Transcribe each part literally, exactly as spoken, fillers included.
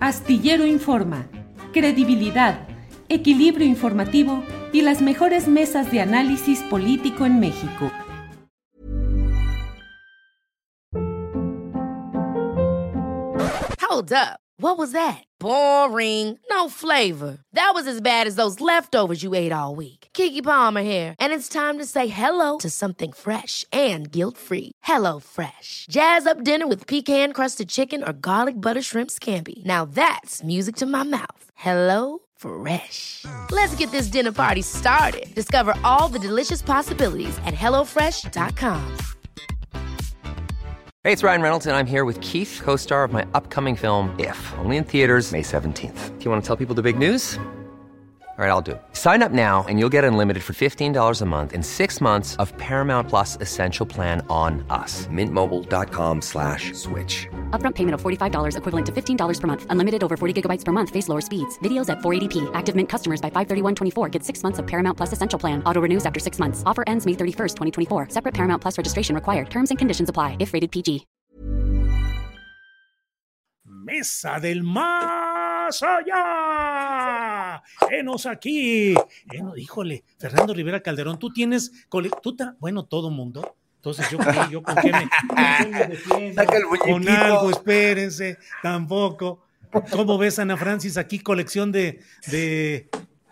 Astillero Informa, credibilidad, equilibrio informativo y las mejores mesas de análisis político en México. Hold up. What was that? Boring. No flavor. That was as bad as those leftovers you ate all week. Keke Palmer here, and it's time to say hello to something fresh and guilt-free. Hello Fresh. Jazz up dinner with pecan-crusted chicken or garlic butter shrimp scampi. Now that's music to my mouth. Hello Fresh. Let's get this dinner party started. Discover all the delicious possibilities at hello fresh dot com. Hey, it's Ryan Reynolds, and I'm here with Keith, co-star of my upcoming film, If, only in theaters May seventeenth. Do you want to tell people the big news? All right, I'll do it. Sign up now and you'll get unlimited for fifteen dollars a month and six months of Paramount Plus Essential Plan on us. Mint Mobile dot com slash switch. Upfront payment of forty-five dollars equivalent to fifteen dollars per month. Unlimited over forty gigabytes per month. Face lower speeds. Videos at four eighty p. Active Mint customers by five thirty-one twenty-four get six months of Paramount Plus Essential Plan. Auto renews after six months. Offer ends May thirty-first, twenty twenty-four. Separate Paramount Plus registration required. Terms and conditions apply if rated P G. Mesa del Más Allá. Enos aquí. Eno, híjole, Fernando Rivera Calderón, tú tienes, tú ta, bueno, todo mundo. Entonces yo, yo con qué me, con qué me defiendo, con algo, espérense, tampoco. ¿Cómo ves, Ana Francis, aquí colección de... de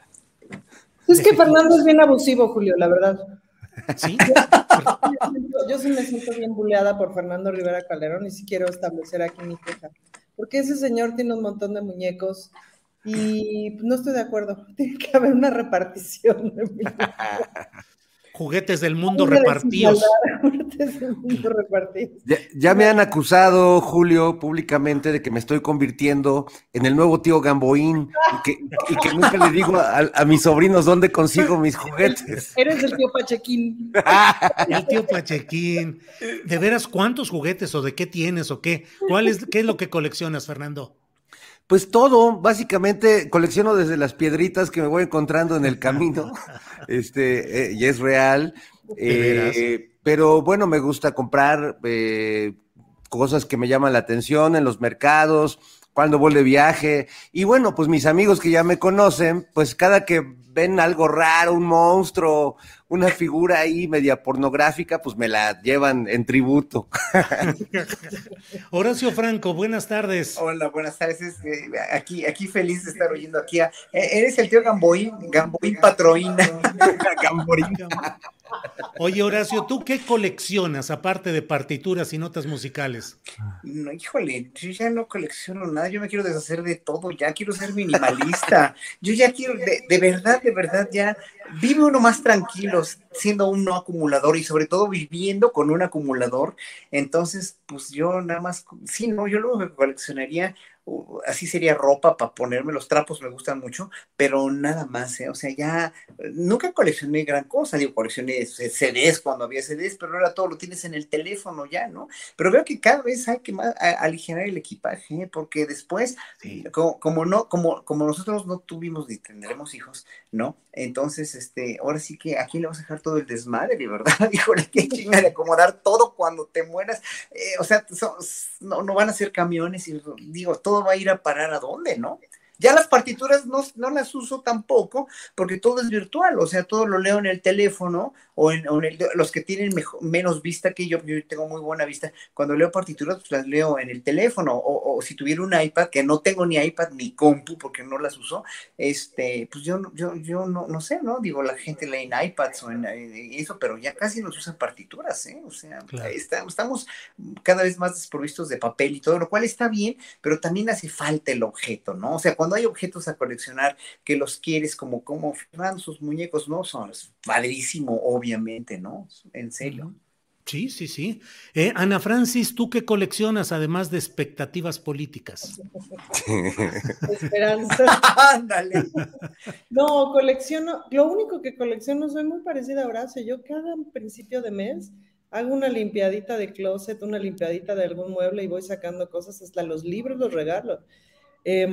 es de que Fernando es bien abusivo, Julio, la verdad. ¿Sí? Yo, yo sí me siento bien buleada por Fernando Rivera Calderón y sí quiero establecer aquí mi queja. Porque ese señor tiene un montón de muñecos y no estoy de acuerdo. Tiene que haber una repartición de muñecos. Juguetes del mundo repartidos. Juguetes del mundo repartidos. Ya, ya me han acusado, Julio, públicamente de que me estoy convirtiendo en el nuevo tío Gamboín y que, y que nunca le digo a, a mis sobrinos dónde consigo mis juguetes. Eres el tío Pachequín. El tío Pachequín. ¿De veras cuántos juguetes o de qué tienes o qué? ¿Cuál es, qué es lo que coleccionas, Fernando? Pues todo, básicamente colecciono desde las piedritas que me voy encontrando en el camino, este, eh, y es real, eh, pero bueno, me gusta comprar eh, cosas que me llaman la atención en los mercados, cuando voy de viaje, y bueno, pues mis amigos que ya me conocen, pues cada que ven algo raro, un monstruo, una figura ahí media pornográfica, pues me la llevan en tributo. Horacio Franco, buenas tardes. Hola, buenas tardes. Eh, aquí, aquí feliz de estar oyendo aquí. A, eh, eres el tío Gamboín, Gamboín Patroína. Gamboín. Oye, Horacio, ¿tú qué coleccionas aparte de partituras y notas musicales? No, híjole, yo ya no colecciono nada, yo me quiero deshacer de todo, ya quiero ser minimalista. Yo ya quiero, de, de verdad, de verdad, ya vive uno más tranquilo siendo un no acumulador y sobre todo viviendo con un acumulador. Entonces, pues yo nada más, sí, no, yo lo que coleccionaría, uh, así sería ropa para ponerme, los trapos me gustan mucho, pero nada más, ¿eh? O sea, ya nunca coleccioné gran cosa, digo, coleccioné C Ds cuando había C Ds, pero ahora todo lo tienes en el teléfono ya, ¿no? Pero veo que cada vez hay que más, a, aligerar el equipaje, ¿eh? Porque después, sí. como, como no, como, como nosotros no tuvimos ni tendremos hijos, ¿no? Entonces, este, ahora sí que aquí le vas a dejar todo el desmadre, ¿verdad? Híjole, qué chinga de acomodar todo cuando te mueras. Eh, o sea, so, no, no van a ser camiones y digo, todo va a ir a parar a dónde, ¿no? Ya las partituras no, no las uso tampoco porque todo es virtual, o sea, todo lo leo en el teléfono o en, o en el, los que tienen mejor, menos vista que yo, yo tengo muy buena vista, cuando leo partituras pues las leo en el teléfono o, o si tuviera un iPad, que no tengo ni iPad ni compu porque no las uso, este, pues yo, yo, yo no, no sé, ¿no? Digo, la gente lee en iPads o en, en eso, pero ya casi no se usan partituras, ¿eh? O sea, claro. está, estamos cada vez más desprovistos de papel y todo, lo cual está bien, pero también hace falta el objeto, ¿no? O sea, cuando hay objetos a coleccionar que los quieres como, como Fernando, sus muñecos, ¿no? Son padrísimo, obviamente, ¿no? En serio. Sí, sí, sí. Eh, Ana Francis, ¿tú qué coleccionas además de expectativas políticas? Esperanza. Ándale. No, colecciono, lo único que colecciono, soy muy parecida a Horacio, yo cada principio de mes hago una limpiadita de closet, una limpiadita de algún mueble y voy sacando cosas, hasta los libros los regalo. Eh,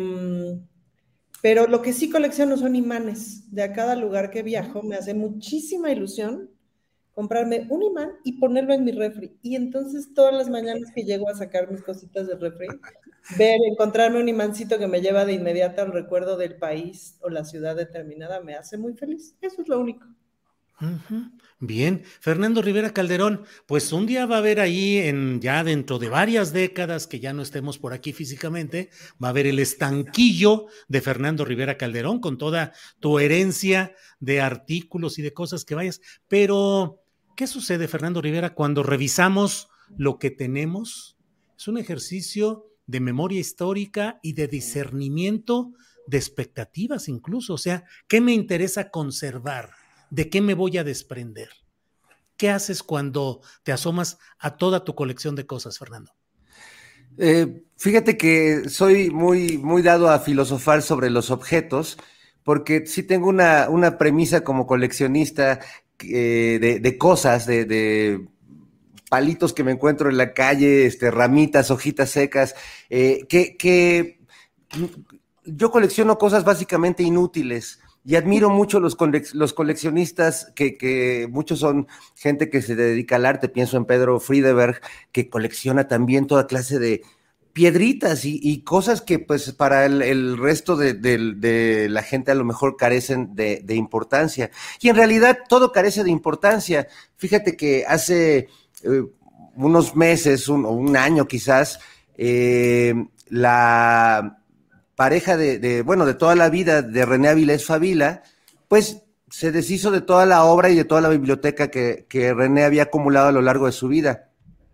pero lo que sí colecciono son imanes. De a cada lugar que viajo me hace muchísima ilusión comprarme un imán y ponerlo en mi refri. Y entonces todas las mañanas que llego a sacar mis cositas del refri, ver, encontrarme un imancito que me lleva de inmediato al recuerdo del país o la ciudad determinada me hace muy feliz. Eso es lo único. Ujú. Bien, Fernando Rivera Calderón, pues un día va a haber ahí, en, ya dentro de varias décadas que ya no estemos por aquí físicamente, va a haber el estanquillo de Fernando Rivera Calderón con toda tu herencia de artículos y de cosas que vayas. Pero, ¿qué sucede, Fernando Rivera, cuando revisamos lo que tenemos? Es un ejercicio de memoria histórica y de discernimiento de expectativas incluso. O sea, ¿qué me interesa conservar? ¿De qué me voy a desprender? ¿Qué haces cuando te asomas a toda tu colección de cosas, Fernando? Eh, fíjate que soy muy, muy dado a filosofar sobre los objetos, porque sí tengo una, una premisa como coleccionista eh, de, de cosas, de, de palitos que me encuentro en la calle, este, ramitas, hojitas secas, eh, que, que yo colecciono cosas básicamente inútiles. Y admiro mucho los, cole los coleccionistas, que, que muchos son gente que se dedica al arte. Pienso en Pedro Friedeberg, que colecciona también toda clase de piedritas y, y cosas que pues para el, el resto de, de, de la gente a lo mejor carecen de, de importancia. Y en realidad todo carece de importancia. Fíjate que hace eh, unos meses, un, o un año quizás, eh, la... pareja de, de, bueno, de toda la vida de René Avilés Favila, pues se deshizo de toda la obra y de toda la biblioteca que, que René había acumulado a lo largo de su vida.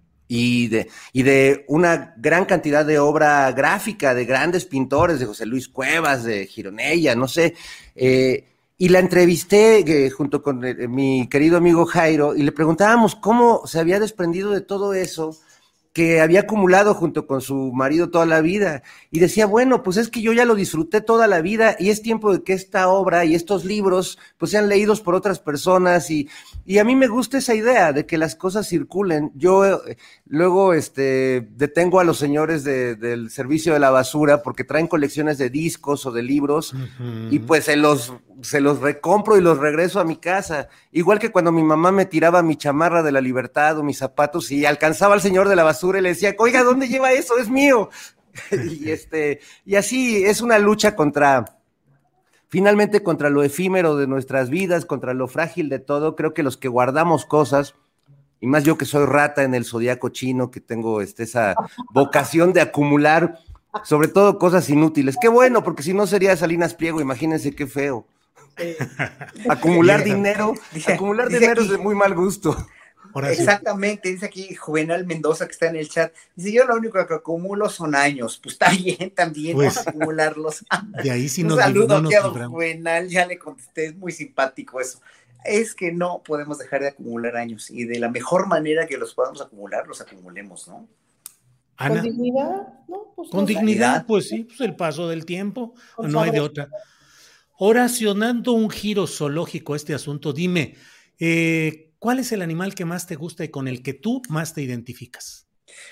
Y de, y de una gran cantidad de obra gráfica, de grandes pintores, de José Luis Cuevas, de Gironella, no sé. Eh, y la entrevisté eh, junto con eh, mi querido amigo Jairo, y le preguntábamos cómo se había desprendido de todo eso que había acumulado junto con su marido toda la vida, y decía, bueno, pues es que yo ya lo disfruté toda la vida y es tiempo de que esta obra y estos libros pues sean leídos por otras personas, y, y a mí me gusta esa idea de que las cosas circulen. Yo eh, luego este, detengo a los señores de, del servicio de la basura porque traen colecciones de discos o de libros, uh-huh. y pues se los, se los recompro y los regreso a mi casa, igual que cuando mi mamá me tiraba mi chamarra de la Libertad o mis zapatos y alcanzaba al señor de la basura y le decía, oiga, ¿dónde lleva eso? Es mío. y este, y así es una lucha contra, finalmente contra lo efímero de nuestras vidas, contra lo frágil de todo. Creo que los que guardamos cosas, y más yo que soy rata en el zodiaco chino, que tengo este, esa vocación de acumular, sobre todo cosas inútiles. Qué bueno, porque si no sería Salinas Pliego, imagínense qué feo. Eh, acumular dinero, dice, acumular dice dinero aquí, es de muy mal gusto. Exactamente, dice aquí Juvenal Mendoza, que está en el chat, dice, yo lo único que acumulo son años. Pues está bien, también, pues, vamos a acumularlos. De ahí sí Un nos saludo no aquí a don Juvenal, ya le contesté, es muy simpático eso. Es que no podemos dejar de acumular años, y de la mejor manera que los podamos acumular, los acumulemos, ¿no? Ana, ¿Con dignidad? No, pues con no, dignidad, pues sí, pues el paso del tiempo, no hay de otra. Oracionando un giro zoológico a este asunto, dime, eh, ¿cuál es el animal que más te gusta y con el que tú más te identificas?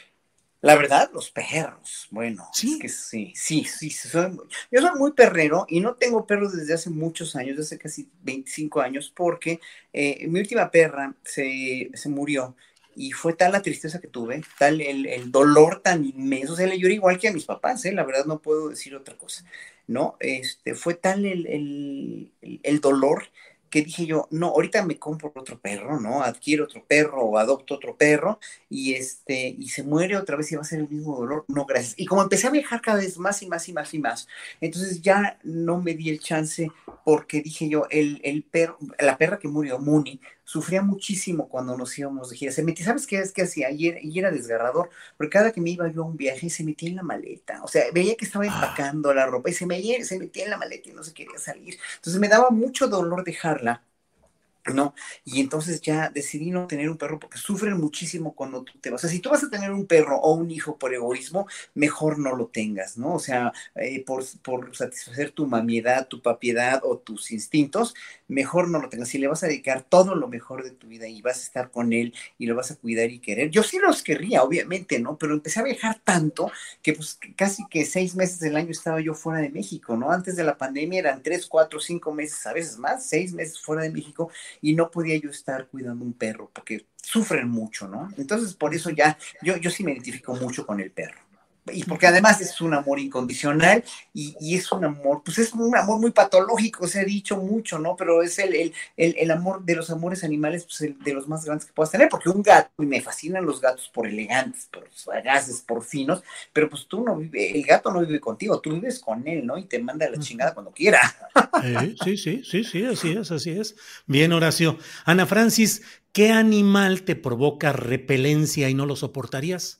La verdad, los perros. Bueno, ¿Sí? Es que sí, sí, sí. Soy, yo soy muy perrero y no tengo perros desde hace muchos años, desde casi veinticinco años, porque eh, mi última perra se, se murió. Y fue tal la tristeza que tuve, tal el, el dolor tan inmenso, o sea, le lloré igual que a mis papás, ¿eh? La verdad no puedo decir otra cosa, ¿no? Este, fue tal el, el, el, el dolor que dije yo, no, ahorita me compro otro perro, ¿no? Adquiero otro perro o adopto otro perro y, este, y se muere otra vez y va a ser el mismo dolor. No, gracias. Y como empecé a viajar cada vez más y más y más y más, entonces ya no me di el chance porque dije yo, el, el perro, la perra que murió, Muni, sufría muchísimo cuando nos íbamos de gira. Se metía, ¿sabes qué es que hacía? Y era, y era desgarrador, porque cada que me iba yo a un viaje se metía en la maleta. O sea, veía que estaba empacando la ropa y se, me, se metía en la maleta y no se quería salir. Entonces me daba mucho dolor dejarla, ¿no? Y entonces ya decidí no tener un perro porque sufren muchísimo cuando tú te vas. O sea, si tú vas a tener un perro o un hijo por egoísmo, mejor no lo tengas, ¿no? O sea, eh, por, por satisfacer tu mamiedad, tu papiedad o tus instintos, mejor no lo tengas. Si le vas a dedicar todo lo mejor de tu vida y vas a estar con él y lo vas a cuidar y querer, yo sí los querría, obviamente, ¿no? Pero empecé a viajar tanto que pues casi que seis meses del año estaba yo fuera de México, ¿no? Antes de la pandemia eran tres, cuatro, cinco meses, a veces más, seis meses fuera de México. y no podía yo estar cuidando un perro porque sufren mucho, ¿no? Entonces, por eso ya, yo, yo sí me identifico mucho con el perro. Y porque además es un amor incondicional y, y es un amor, pues es un amor muy patológico, se ha dicho mucho, ¿no? Pero es el, el, el, el amor de los amores animales, pues el, de los más grandes que puedas tener, porque un gato, y me fascinan los gatos por elegantes, por sagaces, por finos, pero pues tú no vives, el gato no vive contigo, tú vives con él, ¿no? Y te manda a la chingada cuando quiera. Eh, sí, sí, sí, sí, así es, así es. Bien, Horacio. Ana Francis, ¿qué animal te provoca repelencia y no lo soportarías?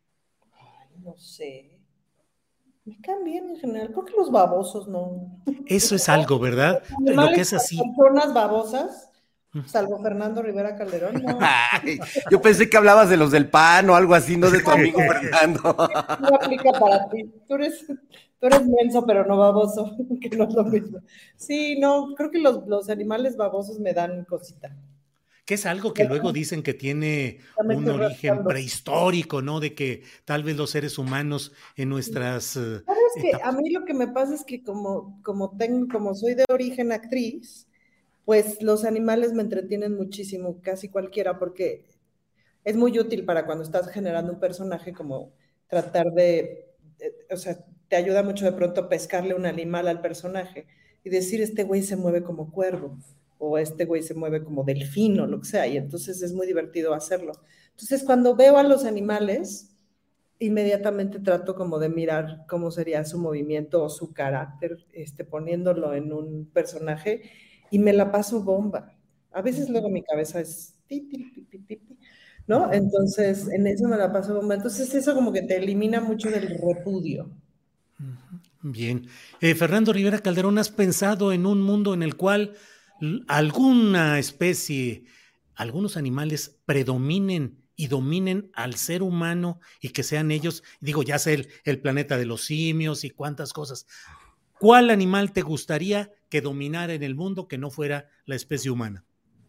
No sé. Me caen bien en general. Creo que los babosos no. Eso es algo, ¿verdad? Lo Animales que es así. personas babosas, salvo Fernando Rivera Calderón, no. Ay, yo pensé que hablabas de los del P A N o algo así, no de tu amigo Fernando. No aplica para ti. Tú eres, tú eres menso, pero no baboso, que no es lo mismo. Sí, no, creo que los, los animales babosos me dan cosita. Que es algo que luego dicen que tiene un origen prehistórico, ¿no? De que tal vez los seres humanos en nuestras... Uh, ¿Sabes qué? A mí lo que me pasa es que como, como, tengo, como soy de origen actriz, pues los animales me entretienen muchísimo, casi cualquiera, porque es muy útil para cuando estás generando un personaje, como tratar de, de o sea, te ayuda mucho de pronto pescarle un animal al personaje y decir, este güey se mueve como cuervo, o este güey se mueve como delfín, o lo que sea, y entonces es muy divertido hacerlo. Entonces, cuando veo a los animales, inmediatamente trato como de mirar cómo sería su movimiento o su carácter, este, poniéndolo en un personaje, y me la paso bomba. A veces luego mi cabeza es... ¿no? Entonces, en eso me la paso bomba. Entonces, eso como que te elimina mucho del repudio. Bien. Eh, Fernando Rivera Calderón, ¿has pensado en un mundo en el cual alguna especie, algunos animales predominen y dominen al ser humano y que sean ellos, digo, ya sé el, el planeta de los simios y cuántas cosas? ¿Cuál animal te gustaría que dominara en el mundo que no fuera la especie humana?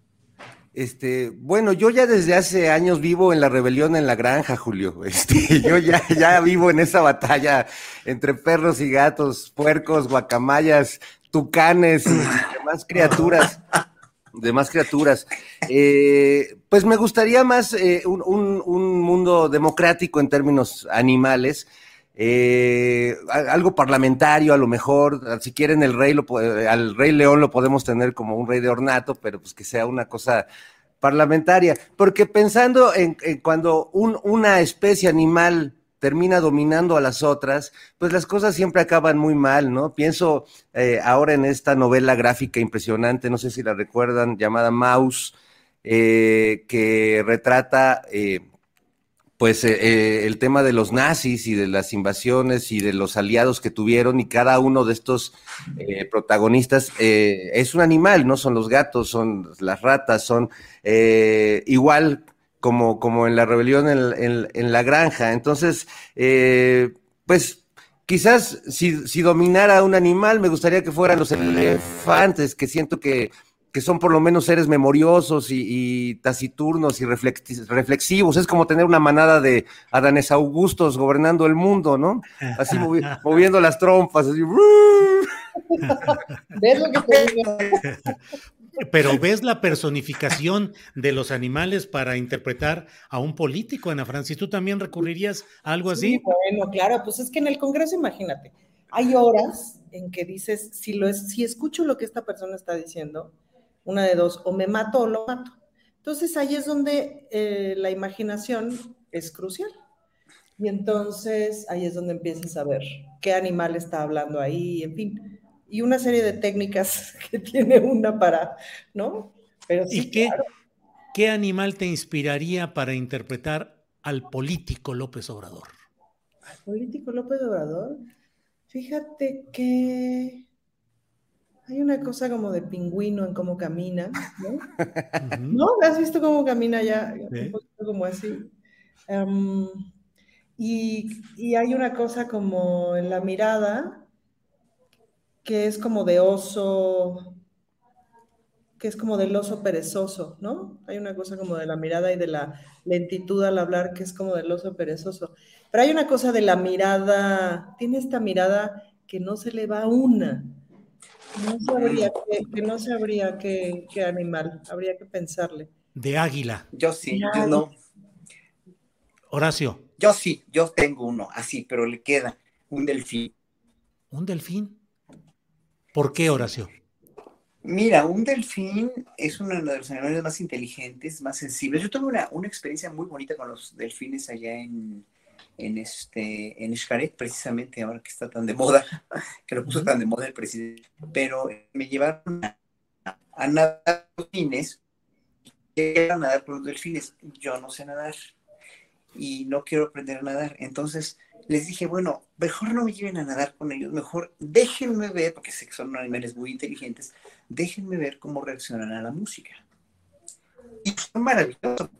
Este, bueno, yo ya desde hace años vivo en la rebelión en la granja, Julio. Este, yo ya, ya vivo en esa batalla entre perros y gatos, puercos, guacamayas, tucanes y demás criaturas. demás criaturas. Eh, pues me gustaría más eh, un, un, un mundo democrático en términos animales. Eh, algo parlamentario a lo mejor, si quieren el rey lo, al rey león lo podemos tener como un rey de ornato, pero pues que sea una cosa parlamentaria, porque pensando en, en cuando un, una especie animal termina dominando a las otras, pues las cosas siempre acaban muy mal, ¿no? Pienso eh, ahora en esta novela gráfica impresionante, no sé si la recuerdan, llamada Maus, eh, que retrata eh, pues eh, eh, el tema de los nazis y de las invasiones y de los aliados que tuvieron, y cada uno de estos eh, protagonistas eh, es un animal, ¿no? Son los gatos, son las ratas, son eh, igual como, como en la rebelión en, en, en la granja. Entonces, eh, pues quizás si, si dominara un animal, me gustaría que fueran los elefantes, que siento que que son por lo menos seres memoriosos y, y taciturnos y reflexivos. Es como tener una manada de Adanes Augustos gobernando el mundo, ¿no? Así movi moviendo las trompas, así. ¿Ves lo que te digo? Pero ves la personificación de los animales para interpretar a un político, Ana Francis. ¿Tú también recurrirías a algo así? Sí, bueno, claro, pues es que en el Congreso, imagínate, hay horas en que dices, si, lo es, si escucho lo que esta persona está diciendo, una de dos, o me mato o lo mato. Entonces ahí es donde eh, la imaginación es crucial. Y entonces ahí es donde empiezas a ver qué animal está hablando ahí, en fin. Y una serie de técnicas que tiene una para, ¿no? Pero sí, ¿Y qué, claro. qué animal te inspiraría para interpretar al político López Obrador? ¿Al político López Obrador? Fíjate que hay una cosa como de pingüino en cómo camina, ¿no? Uh-huh. ¿No? ¿Has visto cómo camina ya? ¿Sí? Un poquito como así. Um, y, y hay una cosa como en la mirada que es como de oso, que es como del oso perezoso, ¿no? Hay una cosa como de la mirada y de la lentitud al hablar que es como del oso perezoso. Pero hay una cosa de la mirada, tiene esta mirada que no se le va una. No sabría que, que no sabría qué, qué animal, habría que pensarle. De águila. Yo sí, yo no. Horacio. Yo sí, yo tengo uno así, pero le queda un delfín. ¿Un delfín? ¿Por qué, Horacio? Mira, un delfín es uno de los animales más inteligentes, más sensibles. Yo tuve una, una experiencia muy bonita con los delfines allá en, en, este, en Xcaret, precisamente ahora que está tan de moda, que lo puso uh-huh. tan de moda el presidente. Pero me llevaron a, a nadar con los delfines, y a nadar con los delfines. Yo no sé nadar y no quiero aprender a nadar. Entonces les dije, bueno, mejor no me lleven a nadar con ellos, mejor déjenme ver, porque sé que son animales muy inteligentes, déjenme ver cómo reaccionan a la música. Y fue maravilloso.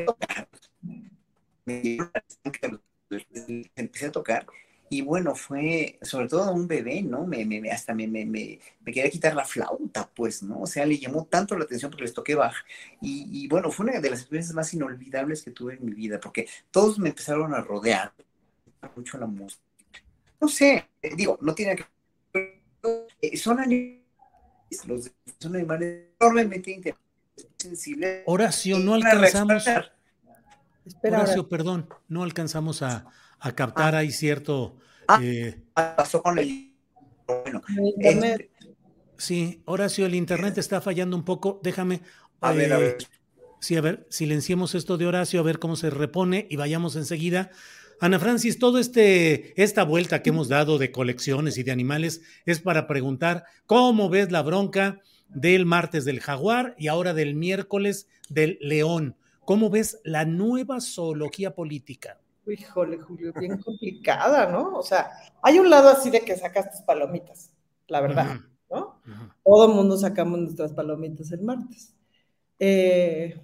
Me empecé a tocar y bueno, fue sobre todo un bebé, ¿no? Me, me, hasta me, me, me, me quería quitar la flauta, pues, ¿no? O sea, le llamó tanto la atención porque les toqué Bach. Y, y bueno, fue una de las experiencias más inolvidables que tuve en mi vida, porque todos me empezaron a rodear mucho la música. No sé, digo, no tiene que ver, son animales, los, son animales enormemente sensibles. Horacio, no alcanzamos. Espera, Horacio, ahora. perdón, no alcanzamos a, a captar, ah. hay cierto... Ah, eh, pasó con el... Bueno, internet. Este, sí, Horacio, el internet está fallando un poco, déjame... A eh, ver, a ver. Sí, a ver, silenciemos esto de Horacio, a ver cómo se repone y vayamos enseguida. Ana Francis, todo este esta vuelta que hemos dado de colecciones y de animales es para preguntar cómo ves la bronca del martes del jaguar y ahora del miércoles del león. ¿Cómo ves la nueva zoología política? Híjole, Julio, bien complicada, ¿no? O sea, hay un lado así de que sacas tus palomitas, la verdad, uh-huh. ¿no? Uh-huh. Todo el mundo sacamos nuestras palomitas el martes. Eh...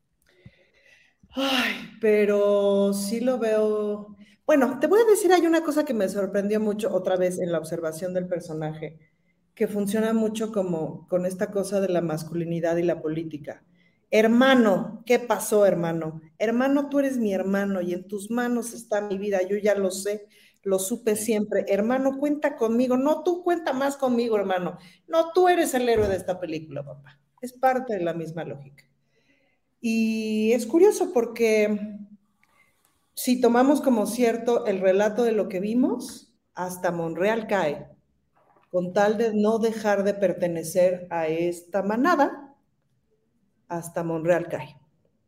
Ay, pero sí lo veo... Bueno, te voy a decir, hay una cosa que me sorprendió mucho otra vez en la observación del personaje, que funciona mucho como con esta cosa de la masculinidad y la política. Hermano, ¿qué pasó, hermano? Hermano, tú eres mi hermano y en tus manos está mi vida, yo ya lo sé, lo supe siempre. Hermano, cuenta conmigo. No, tú cuenta más conmigo, hermano. No, tú eres el héroe de esta película, papá. Es parte de la misma lógica. Y es curioso porque si tomamos como cierto el relato de lo que vimos, hasta Monreal cae, con tal de no dejar de pertenecer a esta manada, hasta Monreal cae.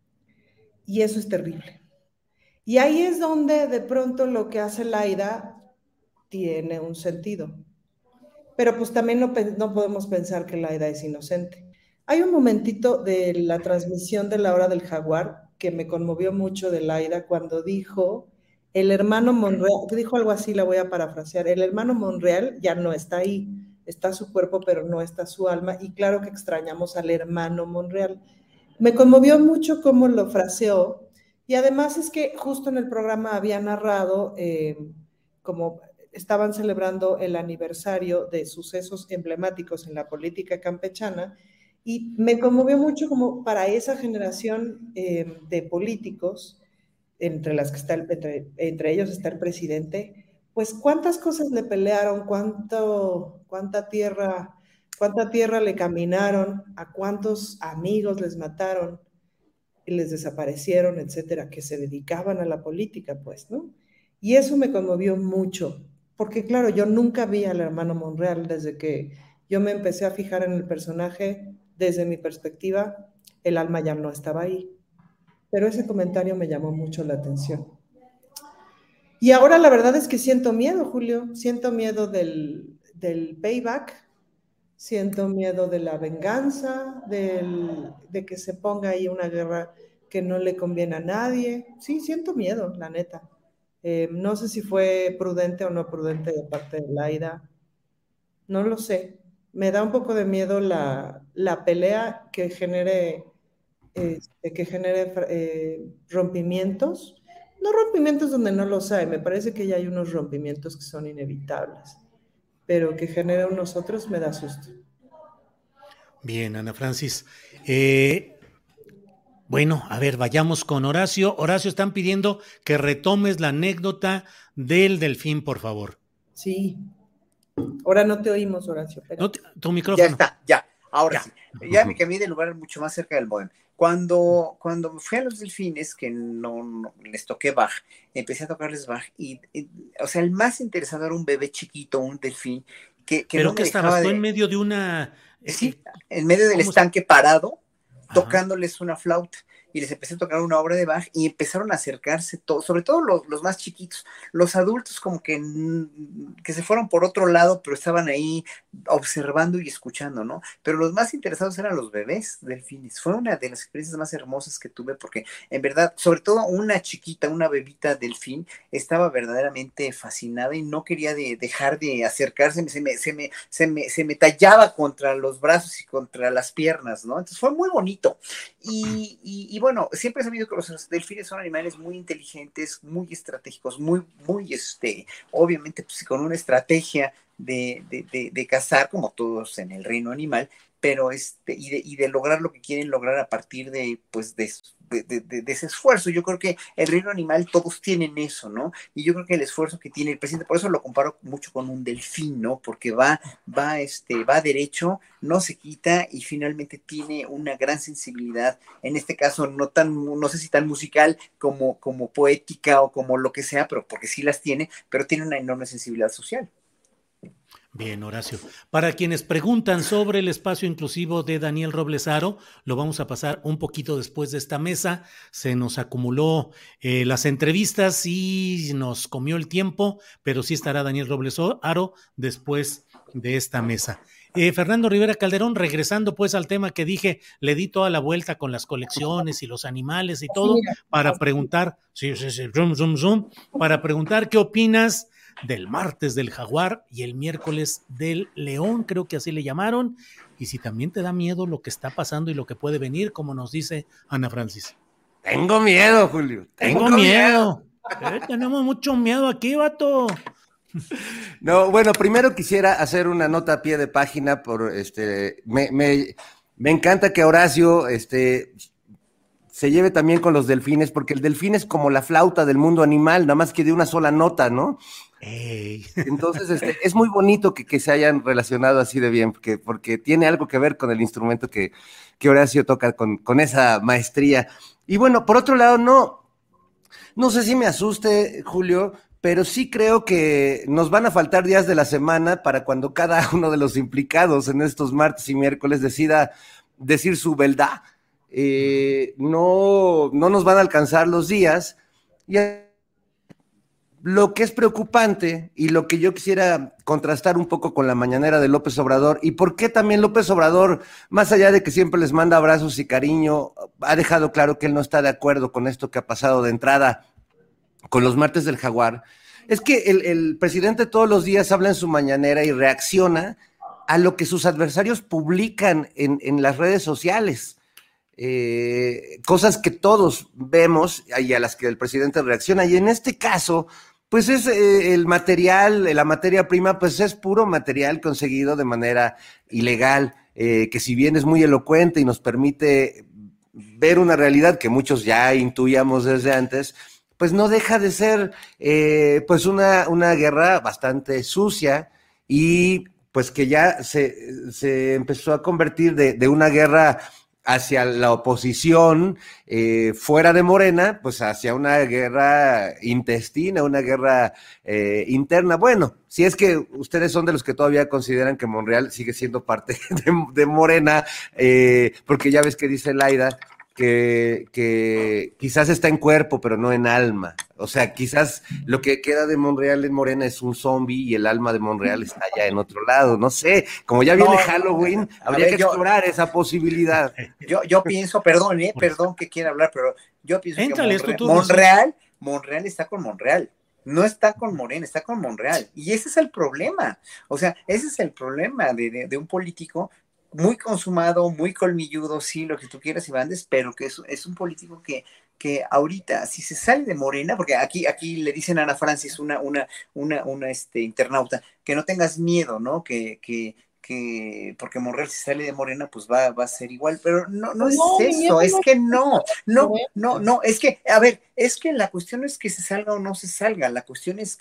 Y eso es terrible. Y ahí es donde de pronto lo que hace Laida tiene un sentido. Pero pues también no, no podemos pensar que Laida es inocente. Hay un momentito de la transmisión de La Hora del Jaguar que me conmovió mucho de Laida cuando dijo, el hermano Monreal, dijo algo así, la voy a parafrasear, el hermano Monreal ya no está ahí, está su cuerpo pero no está su alma, y claro que extrañamos al hermano Monreal. Me conmovió mucho cómo lo fraseó, y además es que justo en el programa había narrado, eh, como estaban celebrando el aniversario de sucesos emblemáticos en la política campechana, y me conmovió mucho como para esa generación eh, de políticos, entre, las que está el, entre, entre ellos está el presidente, pues cuántas cosas le pelearon, cuánto, cuánta tierra, cuánta tierra le caminaron, a cuántos amigos les mataron y les desaparecieron, etcétera, que se dedicaban a la política, pues, ¿no? Y eso me conmovió mucho, porque claro, yo nunca vi al hermano Monreal desde que yo me empecé a fijar en el personaje. Desde mi perspectiva, el alma ya no estaba ahí. Pero ese comentario me llamó mucho la atención. Y ahora la verdad es que siento miedo, Julio. Siento miedo del, del payback, siento miedo de la venganza, del, de que se ponga ahí una guerra que no le conviene a nadie. Sí, siento miedo, la neta. Eh, no sé si fue prudente o no prudente de parte de Laida. No lo sé. Me da un poco de miedo la, la pelea que genere, eh, que genere eh, rompimientos. No rompimientos donde no los hay, me parece que ya hay unos rompimientos que son inevitables, pero que genere unos otros me da susto. Bien, Ana Francis. Eh, bueno, a ver, vayamos con Horacio. Horacio, están pidiendo que retomes la anécdota del delfín, por favor. Sí. Ahora no te oímos, Horacio. No te, tu micrófono. Ya está, ya. Ahora ya. sí. Ya me cambié de lugar mucho más cerca del modem. Cuando, cuando fui a los Delfines, que no, no les toqué Bach, empecé a tocarles Bach y, y, o sea, el más interesado era un bebé chiquito, un delfín, que, que ¿Pero no qué me estabas tú de... en medio de una...? Sí, en medio del estanque está? parado, Ajá. tocándoles una flauta. Y les empecé a tocar una obra de Bach y empezaron a acercarse todos, sobre todo los, los más chiquitos. Los adultos como que, que se fueron por otro lado, pero estaban ahí observando y escuchando, ¿no? Pero los más interesados eran los bebés delfines. Fue una de las experiencias más hermosas que tuve porque, en verdad, sobre todo una chiquita, una bebita delfín, estaba verdaderamente fascinada y no quería de, dejar de acercarse, se me, se, me, se, me, se me tallaba contra los brazos y contra las piernas, ¿no? Entonces fue muy bonito. Y, y, y bueno, siempre he sabido que los delfines son animales muy inteligentes, muy estratégicos, muy, muy, este, obviamente, pues con una estrategia de, de, de, de cazar, como todos en el reino animal, pero este, y de, y de lograr lo que quieren lograr a partir de, pues, de, de, de, de ese esfuerzo. Yo creo que el reino animal todos tienen eso, ¿no? Y yo creo que el esfuerzo que tiene el presidente, por eso lo comparo mucho con un delfín, ¿no? Porque va, va, este, va derecho, no se quita y finalmente tiene una gran sensibilidad, en este caso no tan, no sé si tan musical como, como poética o como lo que sea, pero porque sí las tiene, pero tiene una enorme sensibilidad social. Bien, Horacio. Para quienes preguntan sobre el espacio inclusivo de Daniel Robles Haro, lo vamos a pasar un poquito después de esta mesa. Se nos acumuló eh, las entrevistas y nos comió el tiempo, pero sí estará Daniel Robles Haro después de esta mesa. Eh, Fernando Rivera Calderón, regresando pues al tema que dije, le di toda la vuelta con las colecciones y los animales y todo, para preguntar, sí, sí, sí, zoom, zoom, zoom, para preguntar qué opinas del martes del jaguar y el miércoles del león, creo que así le llamaron, y si también te da miedo lo que está pasando y lo que puede venir, como nos dice Ana Francis. Tengo miedo, Julio. Tengo, tengo miedo. miedo. Eh, tenemos mucho miedo aquí, vato. No, bueno, primero quisiera hacer una nota a pie de página por este, me, me, me encanta que Horacio este, se lleve también con los delfines, porque el delfín es como la flauta del mundo animal, nada más que de una sola nota, ¿no? Hey. Entonces, este, es muy bonito que, que se hayan relacionado así de bien, porque, porque tiene algo que ver con el instrumento que, que Horacio toca con, con esa maestría. Y bueno, por otro lado, no, no sé si me asuste, Julio, pero sí creo que nos van a faltar días de la semana para cuando cada uno de los implicados en estos martes y miércoles decida decir su verdad. Eh, no, no nos van a alcanzar los días. Y lo que es preocupante y lo que yo quisiera contrastar un poco con la mañanera de López Obrador, y por qué también López Obrador, más allá de que siempre les manda abrazos y cariño, ha dejado claro que él no está de acuerdo con esto que ha pasado de entrada con los martes del jaguar, es que el, el presidente todos los días habla en su mañanera y reacciona a lo que sus adversarios publican en, en las redes sociales. Eh, cosas que todos vemos y a las que el presidente reacciona, y en este caso, pues es eh, el material, la materia prima, pues es puro material conseguido de manera ilegal, eh, que si bien es muy elocuente y nos permite ver una realidad que muchos ya intuíamos desde antes, pues no deja de ser eh, pues una, una guerra bastante sucia y pues que ya se, se empezó a convertir de, de una guerra hacia la oposición eh, fuera de Morena, pues hacia una guerra intestina, una guerra eh, interna. Bueno, si es que ustedes son de los que todavía consideran que Monreal sigue siendo parte de, de Morena, eh, porque ya ves que dice Laida que, que quizás está en cuerpo, pero no en alma. O sea, quizás lo que queda de Monreal en Morena es un zombie y el alma de Monreal está allá en otro lado. No sé, como ya viene no, Halloween, habría ver, que yo, explorar esa posibilidad. Yo, yo pienso, perdón, eh, perdón que quiera hablar, pero yo pienso Éntrale, que Monreal, tú, tú, Monreal, Monreal está con Monreal. No está con Morena, está con Monreal. Y ese es el problema. O sea, ese es el problema de, de, de un político muy consumado, muy colmilludo, sí, lo que tú quieras y mandes, pero que es, es un político que, que ahorita, si se sale de Morena, porque aquí, aquí le dicen a Ana Francis, una, una, una, una este, internauta, que no tengas miedo, ¿no? Que, que, que porque Monreal si sale de Morena, pues va, va a ser igual, pero no, no es no, eso, es que no, no, no, no, es que, a ver, es que la cuestión es que se salga o no se salga, la cuestión es que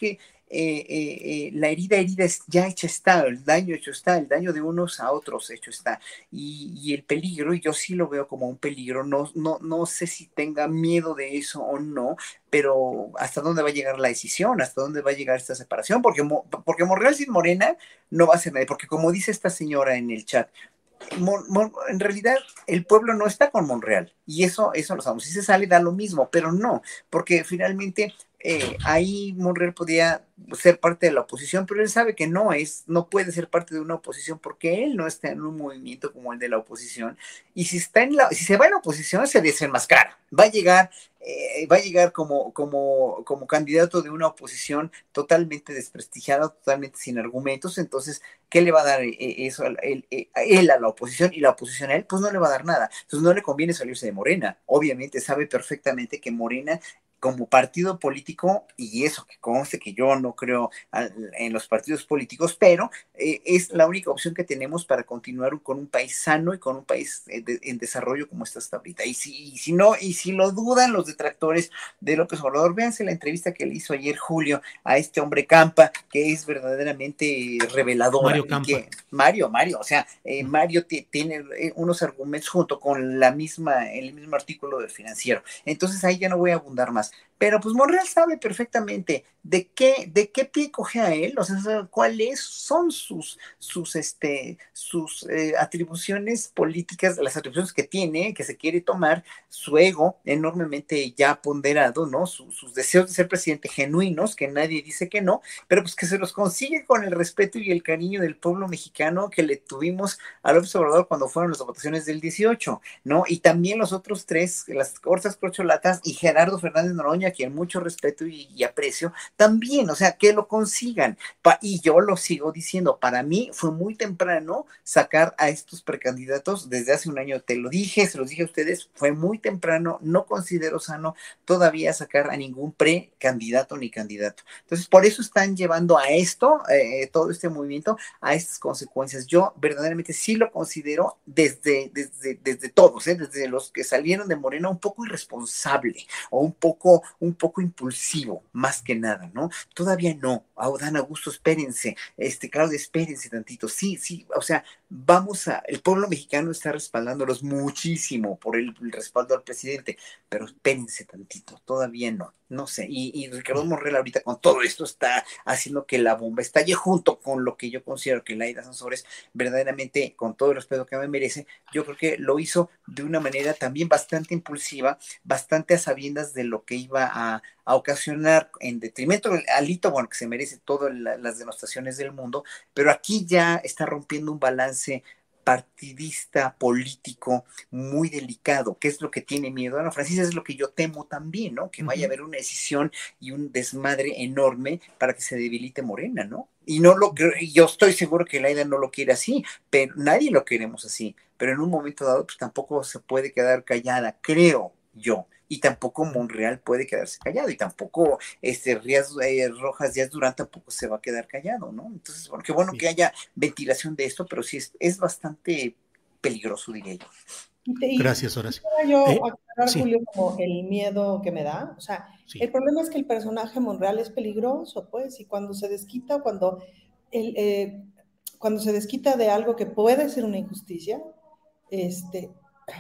eh, eh, eh, la herida herida es, ya hecha está, el daño hecho está, el daño de unos a otros hecho está, y, y el peligro, y yo sí lo veo como un peligro, no, no, no sé si tenga miedo de eso o no, pero hasta dónde va a llegar la decisión, hasta dónde va a llegar esta separación, porque, porque Monreal sin Morena no va a ser nadie, porque como dice esta señora en el chat, Mon, Mon, en realidad el pueblo no está con Monreal, y eso, eso lo sabemos, si se sale da lo mismo, pero no, porque finalmente eh, ahí Monreal podía ser parte de la oposición, pero él sabe que no es, no puede ser parte de una oposición porque él no está en un movimiento como el de la oposición, y si está en la, si se va en la oposición se desenmascara, va a llegar, eh, va a llegar como, como, como candidato de una oposición totalmente desprestigiada, totalmente sin argumentos. Entonces, ¿qué le va a dar eh, eso a él, eh, a él a la oposición y la oposición a él? Pues no le va a dar nada. Entonces no le conviene salirse de Morena. Obviamente sabe perfectamente que Morena como partido político, y eso que conste que yo no creo en los partidos políticos, pero eh, es la única opción que tenemos para continuar con un país sano y con un país de, en desarrollo como está hasta ahorita. Y si, y si no, y si lo dudan los detractores de López Obrador, véanse la entrevista que le hizo ayer Julio a este hombre Campa, que es verdaderamente reveladora. Mario Campa. Que, Mario, Mario, o sea, eh, Mario t- tiene unos argumentos junto con la misma, el mismo artículo del Financiero. Entonces ahí ya no voy a abundar más. Pero pues Monreal sabe perfectamente de qué, de qué pie coge a él, o sea, cuáles son sus, sus, este, sus eh, atribuciones políticas, las atribuciones que tiene, que se quiere tomar, su ego enormemente ya ponderado, ¿no? Su, sus deseos de ser presidente genuinos, que nadie dice que no, pero pues que se los consigue con el respeto y el cariño del pueblo mexicano que le tuvimos a López Obrador cuando fueron las votaciones del dieciocho, ¿no? Y también los otros tres, las Corzas Corcholatas y Gerardo Fernández Noroña, a quien mucho respeto y, y aprecio, también, o sea, que lo consigan. Pa, y yo lo sigo diciendo, para mí fue muy temprano sacar a estos precandidatos desde hace un año, te lo dije, se los dije a ustedes, fue muy temprano, no considero sano todavía sacar a ningún precandidato ni candidato. Entonces, por eso están llevando a esto, eh, todo este movimiento, a estas consecuencias. Yo verdaderamente sí lo considero desde, desde, desde todos, ¿eh? Desde los que salieron de Morena, un poco irresponsable o un poco, un poco impulsivo, más que nada, ¿no? Todavía no. Dan Augusto, espérense, este, Claudia, espérense tantito. Sí, sí, o sea, vamos a, el pueblo mexicano está respaldándolos muchísimo por el, el respaldo al presidente, pero espérense tantito, todavía no, no sé. Y, y Ricardo Monreal ahorita con todo esto está haciendo que la bomba estalle junto con lo que yo considero que Laida Sansores, verdaderamente, con todo el respeto que me merece, yo creo que lo hizo de una manera también bastante impulsiva, bastante a sabiendas de lo que iba a, a ocasionar en detrimento del alito, bueno, que se merece todas la, las denostaciones del mundo, pero aquí ya está rompiendo un balance partidista, político, muy delicado, que es lo que tiene miedo Ana Francis, es lo que yo temo también, ¿no? Que vaya a haber una decisión y un desmadre enorme para que se debilite Morena, ¿no? Y no lo yo estoy seguro que Laida no lo quiere así, pero nadie lo queremos así, pero en un momento dado pues tampoco se puede quedar callada, creo yo. Y tampoco Monreal puede quedarse callado, y tampoco este Rías eh, Rojas Díaz Durán tampoco se va a quedar callado, ¿no? Entonces, bueno, qué bueno sí. que haya ventilación de esto, pero sí es, es bastante peligroso, diría yo. Y, Gracias, Horacio. Yo eh, aclarar, sí. Julio, como el miedo que me da. O sea, sí. el problema es que el personaje Monreal es peligroso, pues, y cuando se desquita, cuando, el, eh, cuando se desquita de algo que puede ser una injusticia, este...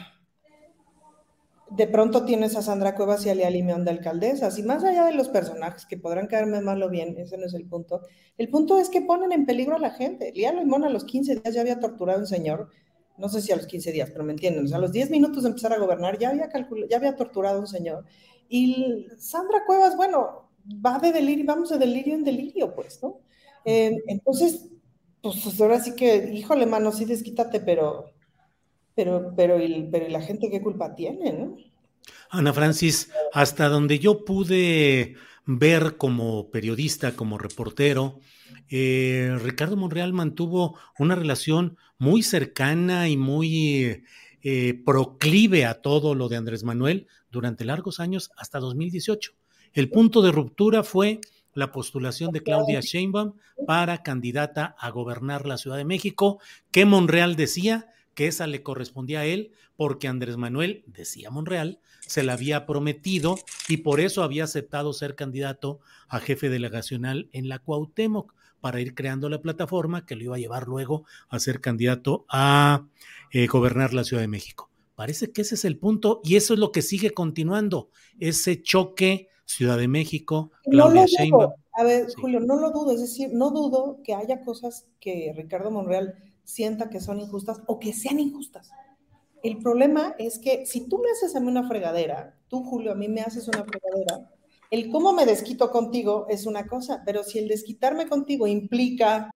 de pronto tienes a Sandra Cuevas y a Lía Limón de alcaldesas, y más allá de los personajes que podrán caerme mal o bien, ese no es el punto. El punto es que ponen en peligro a la gente. Lía Limón a los quince días ya había torturado a un señor, no sé si a los quince días, pero me entienden, o sea, a los diez minutos de empezar a gobernar ya había, calcul- ya había torturado a un señor. Y Sandra Cuevas, bueno, va de delirio, vamos de delirio en delirio, pues, ¿no? Eh, entonces, pues ahora sí que, híjole, mano, sí desquítate, pero... Pero, pero, y, pero ¿y la gente qué culpa tiene, no? Ana Francis, hasta donde yo pude ver como periodista, como reportero, eh, Ricardo Monreal mantuvo una relación muy cercana y muy eh, proclive a todo lo de Andrés Manuel durante largos años hasta dos mil dieciocho. El punto de ruptura fue la postulación de Claudia Sheinbaum para candidata a gobernar la Ciudad de México, que Monreal decía que esa le correspondía a él porque Andrés Manuel, decía Monreal, se la había prometido y por eso había aceptado ser candidato a jefe delegacional en la Cuauhtémoc para ir creando la plataforma que lo iba a llevar luego a ser candidato a eh, gobernar la Ciudad de México. Parece que ese es el punto y eso es lo que sigue continuando, ese choque Ciudad de México, Claudia no Sheinbaum. A ver, Sí. Julio, no lo dudo, es decir, no dudo que haya cosas que Ricardo Monreal sienta que son injustas o que sean injustas. El problema es que si tú me haces a mí una fregadera, tú, Julio, a mí me haces una fregadera, el cómo me desquito contigo es una cosa, pero si el desquitarme contigo implica...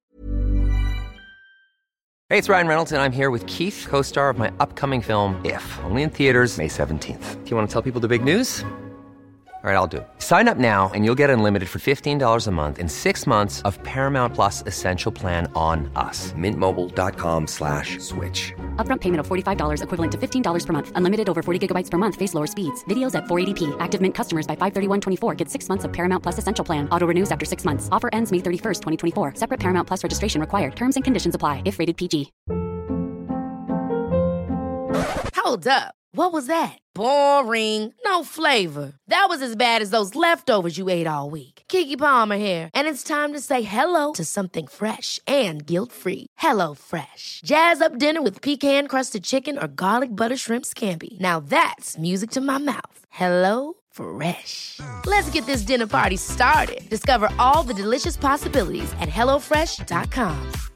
Hey, it's Ryan Reynolds, and I'm here with Keith, co-star of my upcoming film, If, only in theaters May seventeenth. Do you want to tell people the big news? All right, I'll do it. Sign up now and you'll get unlimited for fifteen dollars a month and six months of Paramount Plus Essential Plan on us. Mint Mobile dot com slash switch. Upfront payment of forty-five dollars equivalent to fifteen dollars per month. Unlimited over forty gigabytes per month. Face lower speeds. Videos at four eighty p. Active Mint customers by five thirty-one twenty-four get six months of Paramount Plus Essential Plan. Auto renews after six months. Offer ends May thirty-first, twenty twenty-four. Separate Paramount Plus registration required. Terms and conditions apply if rated P G. Hold up. What was that? Boring. No flavor. That was as bad as those leftovers you ate all week. Keke Palmer here, and it's time to say hello to something fresh and guilt-free. Hello Fresh. Jazz up dinner with pecan-crusted chicken or garlic butter shrimp scampi. Now that's music to my mouth. Hello Fresh. Let's get this dinner party started. Discover all the delicious possibilities at hello fresh dot com.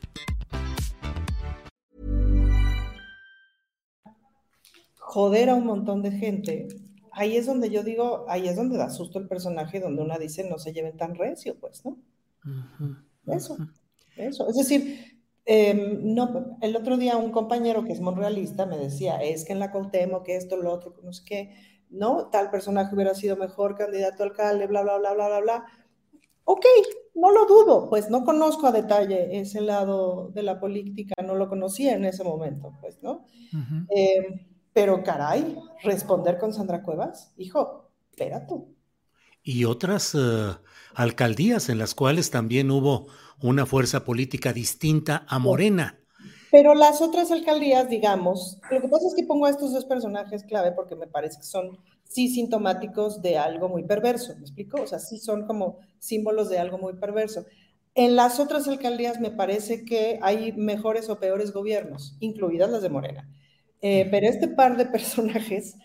Joder a un montón de gente, ahí es donde yo digo, ahí es donde da susto el personaje, donde una dice no se lleven tan recio, pues, ¿no? Uh-huh, eso, uh-huh. eso, es decir, eh, no, el otro día un compañero que es monrealista me decía, es que en la Cuauhtémoc, que esto, lo otro, no sé qué, no, tal personaje hubiera sido mejor candidato a alcalde, bla, bla, bla, bla, bla, bla. Ok, no lo dudo, pues no conozco a detalle ese lado de la política, no lo conocía en ese momento, pues, ¿no? Uh-huh. Eh, Pero caray, responder con Sandra Cuevas, hijo, espérate. Y otras uh, alcaldías en las cuales también hubo una fuerza política distinta a Morena. Pero las otras alcaldías, digamos, lo que pasa es que pongo a estos dos personajes clave porque me parece que son sí sintomáticos de algo muy perverso, ¿me explico? O sea, sí son como símbolos de algo muy perverso. En las otras alcaldías me parece que hay mejores o peores gobiernos, incluidas las de Morena. Eh, pero este par de personajes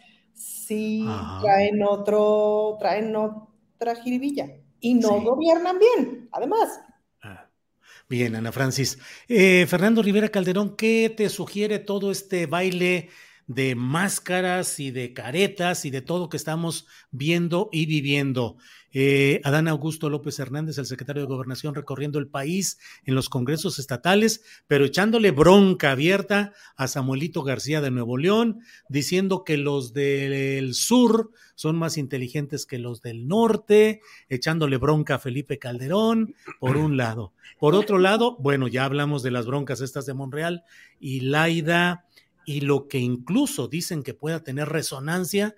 sí Ajá. traen otro, traen otra jiribilla y no sí. gobiernan bien, además. Ah. Bien, Ana Francis. Eh, Fernando Rivera Calderón, ¿qué te sugiere todo este baile de máscaras y de caretas y de todo que estamos viendo y viviendo? Eh, Adán Augusto López Hernández, el secretario de Gobernación, recorriendo el país en los congresos estatales, pero echándole bronca abierta a Samuelito García de Nuevo León, diciendo que los del sur son más inteligentes que los del norte, echándole bronca a Felipe Calderón, por un lado. Por otro lado, bueno, ya hablamos de las broncas estas de Monreal y Laida, y lo que incluso dicen que pueda tener resonancia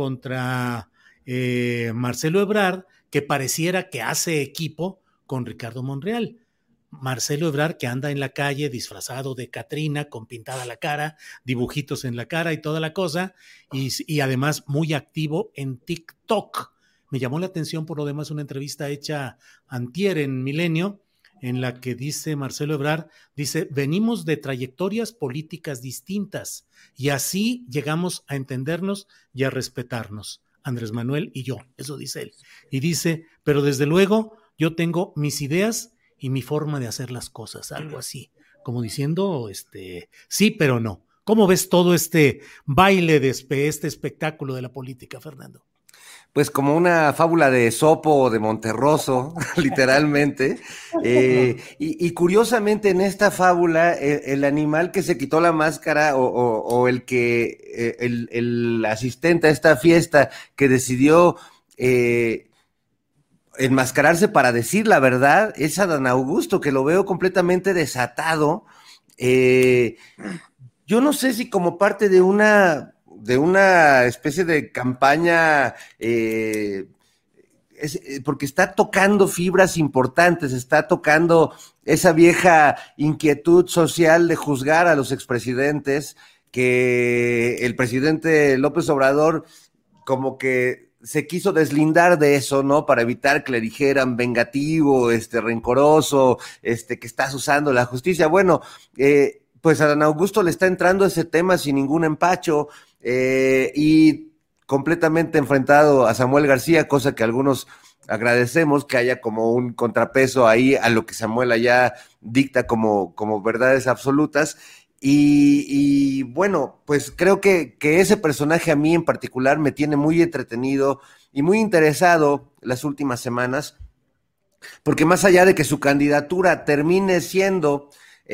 contra eh, Marcelo Ebrard, que pareciera que hace equipo con Ricardo Monreal. Marcelo Ebrard que anda en la calle disfrazado de Catrina, con pintada la cara, dibujitos en la cara y toda la cosa, y, y además muy activo en TikTok. Me llamó la atención por lo demás una entrevista hecha antier en Milenio, en la que dice Marcelo Ebrard, dice, venimos de trayectorias políticas distintas y así llegamos a entendernos y a respetarnos, Andrés Manuel y yo, eso dice él. Y dice, pero desde luego yo tengo mis ideas y mi forma de hacer las cosas, algo así, como diciendo, este, sí, pero no. ¿Cómo ves todo este baile de este espectáculo de la política, Fernando? Pues como una fábula de Esopo o de Monterroso, literalmente. Eh, y, y curiosamente en esta fábula, el, el animal que se quitó la máscara o, o, o el que, eh, el, el asistente a esta fiesta que decidió eh, enmascararse para decir la verdad, es Adán Augusto, que lo veo completamente desatado. Eh, yo no sé si como parte de una... de una especie de campaña eh, es, porque está tocando fibras importantes, está tocando esa vieja inquietud social de juzgar a los expresidentes, que el presidente López Obrador como que se quiso deslindar de eso, ¿no? Para evitar que le dijeran vengativo, este, rencoroso, este, que estás usando la justicia. Bueno, eh, pues a Adán Augusto le está entrando ese tema sin ningún empacho, eh, y completamente enfrentado a Samuel García, cosa que algunos agradecemos, que haya como un contrapeso ahí a lo que Samuel allá dicta como, como verdades absolutas. Y, y bueno, pues creo que, que ese personaje a mí en particular me tiene muy entretenido y muy interesado las últimas semanas, porque más allá de que su candidatura termine siendo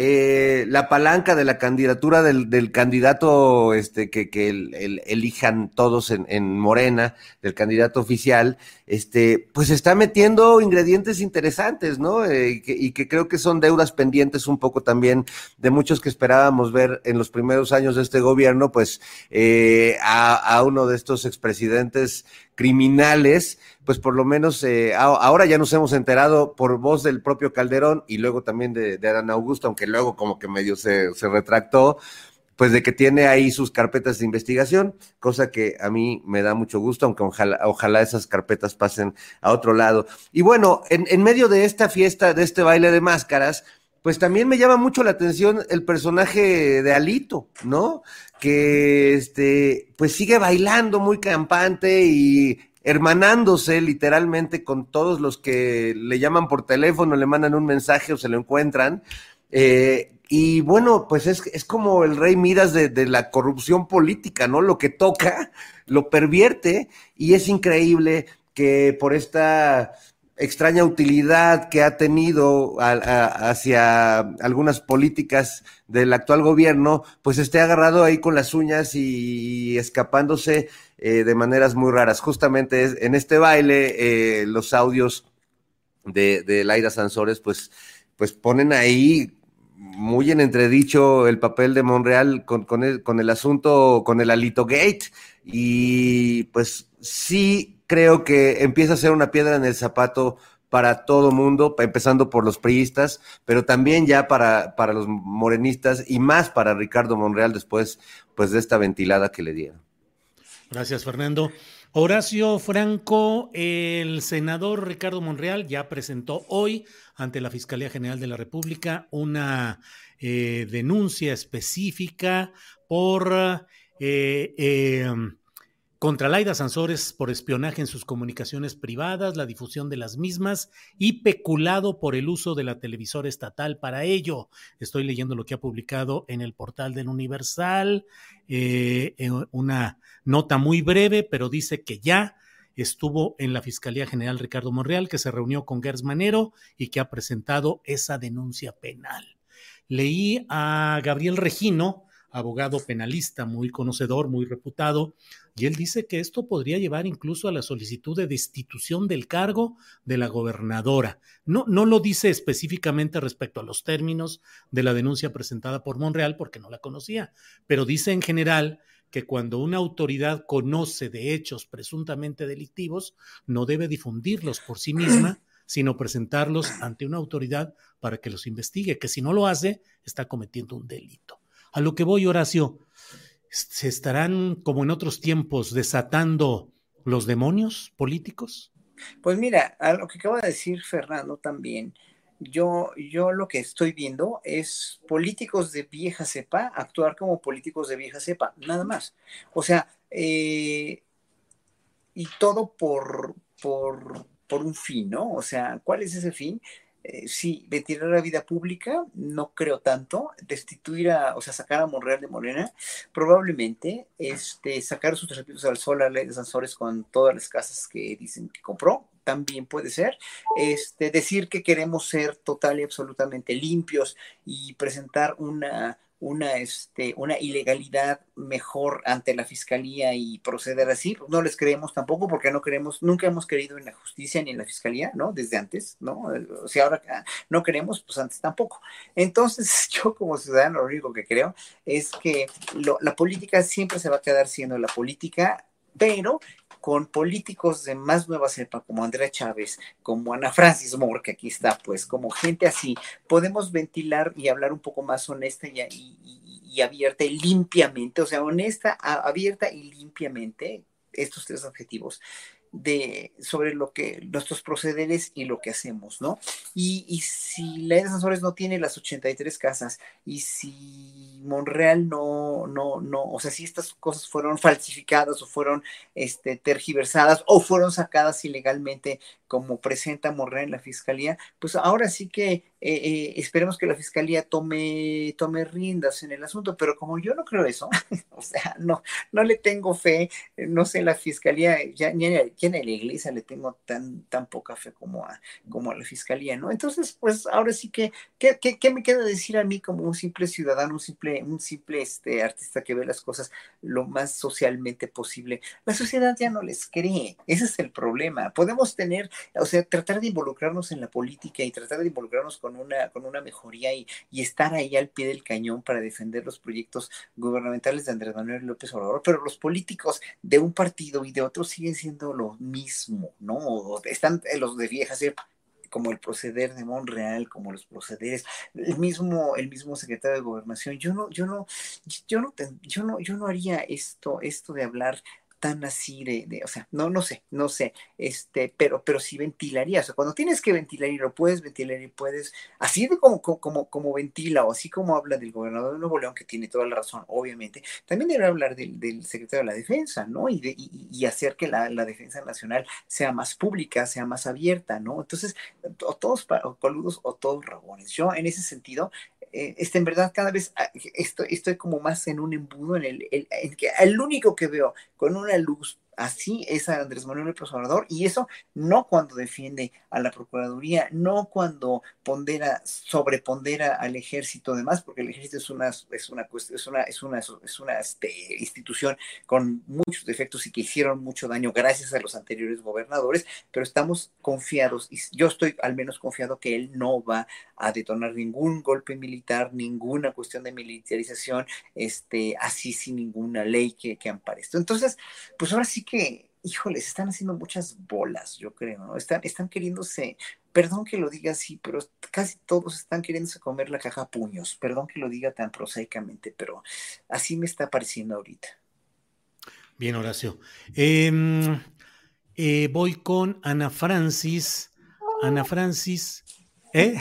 eh, la palanca de la candidatura del, del candidato este, que, que el, el, elijan todos en, en Morena, del candidato oficial, este, pues está metiendo ingredientes interesantes, ¿no? Eh, y, que, y que creo que son deudas pendientes un poco también de muchos que esperábamos ver en los primeros años de este gobierno, pues eh, a, a uno de estos expresidentes criminales, pues por lo menos eh, ahora ya nos hemos enterado por voz del propio Calderón y luego también de, de Adán Augusto, aunque luego como que medio se, se retractó, pues de que tiene ahí sus carpetas de investigación, cosa que a mí me da mucho gusto, aunque ojalá, ojalá esas carpetas pasen a otro lado. Y bueno, en, en medio de esta fiesta, de este baile de máscaras, pues también me llama mucho la atención el personaje de Alito, ¿no? Que este, pues sigue bailando muy campante y hermanándose literalmente con todos los que le llaman por teléfono, le mandan un mensaje o se lo encuentran. Eh, y bueno, pues es, es como el rey Midas de, de la corrupción política, ¿no? Lo que toca, lo pervierte, y es increíble que por esta extraña utilidad que ha tenido a, a, hacia algunas políticas del actual gobierno, pues esté agarrado ahí con las uñas y, y escapándose eh, de maneras muy raras. Justamente es, en este baile, eh, los audios de, de Laida Sansores, pues, pues ponen ahí muy en entredicho el papel de Monreal con, con, el, con el asunto, con el Alito Gate, y pues sí creo que empieza a ser una piedra en el zapato para todo mundo, empezando por los priistas, pero también ya para, para los morenistas y más para Ricardo Monreal después pues de esta ventilada que le dieron. Gracias, Fernando. Horacio Franco, el senador Ricardo Monreal ya presentó hoy ante la Fiscalía General de la República una eh, denuncia específica por eh, eh, contra Laida Sansores por espionaje en sus comunicaciones privadas, la difusión de las mismas y peculado por el uso de la televisora estatal para ello. Estoy leyendo lo que ha publicado en el portal del Universal, eh, una nota muy breve, pero dice que ya estuvo en la Fiscalía General Ricardo Monreal, que se reunió con Gers Manero y que ha presentado esa denuncia penal. Leí a Gabriel Regino, abogado penalista muy conocedor, muy reputado, y él dice que esto podría llevar incluso a la solicitud de destitución del cargo de la gobernadora. No, no lo dice específicamente respecto a los términos de la denuncia presentada por Monreal, porque no la conocía, pero dice en general que cuando una autoridad conoce de hechos presuntamente delictivos, no debe difundirlos por sí misma, sino presentarlos ante una autoridad para que los investigue, que si no lo hace, está cometiendo un delito. A lo que voy, Horacio, ¿se estarán, como en otros tiempos, desatando los demonios políticos? Pues mira, a lo que acaba de decir Fernando también, yo, yo lo que estoy viendo es políticos de vieja cepa actuar como políticos de vieja cepa, nada más. O sea, eh, y todo por, por, por un fin, ¿no? O sea, ¿cuál es ese fin? Eh, sí, retirar la vida pública, no creo tanto. Destituir a, o sea, sacar a Monreal de Morena, probablemente, este, sacar sus trapitos al sol a Laida Sansores con todas las casas que dicen que compró, también puede ser. Este, decir que queremos ser total y absolutamente limpios y presentar una, una, este, una ilegalidad mejor ante la fiscalía y proceder así, pues no les creemos tampoco, porque no creemos, nunca hemos creído en la justicia ni en la fiscalía, ¿no? Desde antes, ¿no? O sea, ahora no queremos, pues antes tampoco. Entonces, yo como ciudadano lo único que creo es que lo, la política siempre se va a quedar siendo la política, pero con políticos de más nueva cepa, como Andrea Chávez, como Ana Francis Moore, que aquí está, pues, como gente así, podemos ventilar y hablar un poco más honesta y, y, y abierta y limpiamente, o sea, honesta, a, abierta y limpiamente, estos tres objetivos, de, sobre lo que, nuestros procederes y lo que hacemos, ¿no? Y, y si la Edna Sanzores no tiene las ochenta y tres casas, y si Monreal no, no, no, o sea, si estas cosas fueron falsificadas o fueron este, tergiversadas o fueron sacadas ilegalmente, como presenta Monreal en la fiscalía, pues ahora sí que eh, eh, esperemos que la fiscalía tome, tome riendas en el asunto, pero como yo no creo eso, o sea, no, no le tengo fe, no sé, la fiscalía, ya ni a, ya ni a la iglesia le tengo tan, tan poca fe como a, como a la fiscalía, ¿no? Entonces, pues ahora sí que, ¿qué, qué, qué me queda decir a mí como un simple ciudadano, un simple, un simple este, artista que ve las cosas lo más socialmente posible? La sociedad ya no les cree, ese es el problema. Podemos tener, o sea, tratar de involucrarnos en la política y tratar de involucrarnos con una, con una mejoría y, y estar ahí al pie del cañón para defender los proyectos gubernamentales de Andrés Manuel López Obrador, pero los políticos de un partido y de otro siguen siendo lo mismo, ¿no? Están los de vieja cepa, como el proceder de Monreal, como los procederes, el mismo, el mismo secretario de Gobernación. Yo no, yo no, yo no, yo no, yo no haría esto, esto de hablar tan así de, de, o sea, no, no sé, no sé, este, pero, pero sí ventilaría, o sea, cuando tienes que ventilar y lo puedes ventilar y puedes, así de como, como, como ventila o así como habla del gobernador de Nuevo León, que tiene toda la razón, obviamente, también debe hablar del, del secretario de la Defensa, ¿no? Y, de, y, y hacer que la, la defensa nacional sea más pública, sea más abierta, ¿no? Entonces, o todos o coludos o todos rabones. Yo, en ese sentido, Eh, este, en verdad cada vez estoy, estoy como más en un embudo en el, el, en que el único que veo con una luz así es a Andrés Manuel López Obrador, y eso no cuando defiende a la Procuraduría, no cuando pondera, sobrepondera al ejército, además, porque el ejército es una, es una, es una, es una, es una este, institución con muchos defectos y que hicieron mucho daño gracias a los anteriores gobernadores, pero estamos confiados, y yo estoy al menos confiado que él no va a detonar ningún golpe militar, ninguna cuestión de militarización, este, así sin ninguna ley que, que ampare esto. Entonces, pues ahora sí que, híjole, se están haciendo muchas bolas, yo creo, ¿no? Están, están queriéndose, perdón que lo diga así, pero casi todos están queriéndose comer la caja a puños, perdón que lo diga tan prosaicamente, pero así me está pareciendo ahorita. Bien, Horacio. Eh, eh, voy con Ana Francis. Ana Francis. ¿Eh?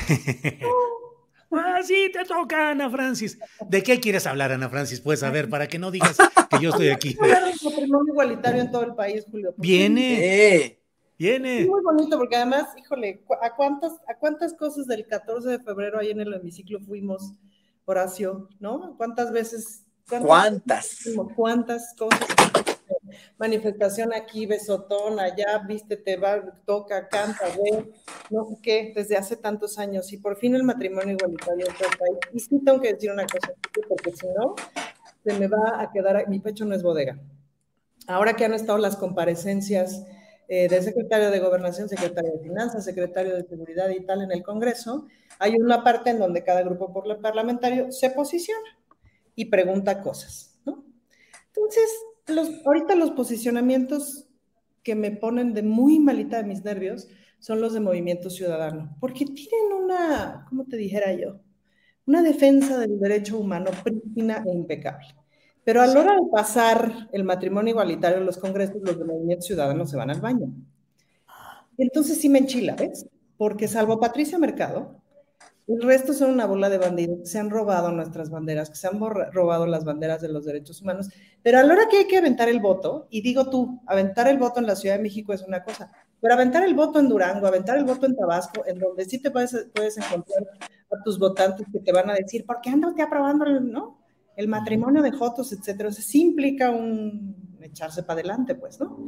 Ah, sí, te toca, Ana Francis. ¿De qué quieres hablar, Ana Francis? Pues a ver, para que no digas que yo estoy aquí. Hablar del matrimonio igualitario en todo el país, Julio. Viene, ¡Eh! viene. Es muy bonito porque además, híjole, ¿a cuántas, a cuántas cosas del catorce de febrero ahí en el hemiciclo fuimos, Horacio? ¿No? ¿Cuántas veces? ¿Cuántas? ¿Cuántas, cuántas cosas? Manifestación aquí, besotón, allá, vístete, va, toca, canta, ve, no sé qué, desde hace tantos años, y por fin el matrimonio igualitario en todo el país. Y sí tengo que decir una cosa, porque si no, se me va a quedar, mi pecho no es bodega. Ahora que han estado las comparecencias eh, del secretario de Gobernación, secretario de Finanzas, secretario de Seguridad y tal en el Congreso, hay una parte en donde cada grupo parlamentario se posiciona y pregunta cosas, ¿no? Entonces, Los, ahorita los posicionamientos que me ponen de muy malita de mis nervios son los de Movimiento Ciudadano, porque tienen una, ¿cómo te dijera yo? Una defensa del derecho humano prístina e impecable. Pero a la hora de pasar el matrimonio igualitario en los congresos, los de Movimiento Ciudadano se van al baño. Entonces sí me enchila, ¿ves? Porque salvo Patricia Mercado, el resto son una bola de bandidos que se han robado nuestras banderas, que se han robado las banderas de los derechos humanos, pero a la hora que hay que aventar el voto, y digo tú, aventar el voto en la Ciudad de México es una cosa, pero aventar el voto en Durango, aventar el voto en Tabasco, en donde sí te puedes, puedes encontrar a tus votantes que te van a decir, ¿por qué anda usted aprobando el, ¿no? el matrimonio de jotos, etcétera? O sea, sí implica un echarse para adelante, pues, ¿no?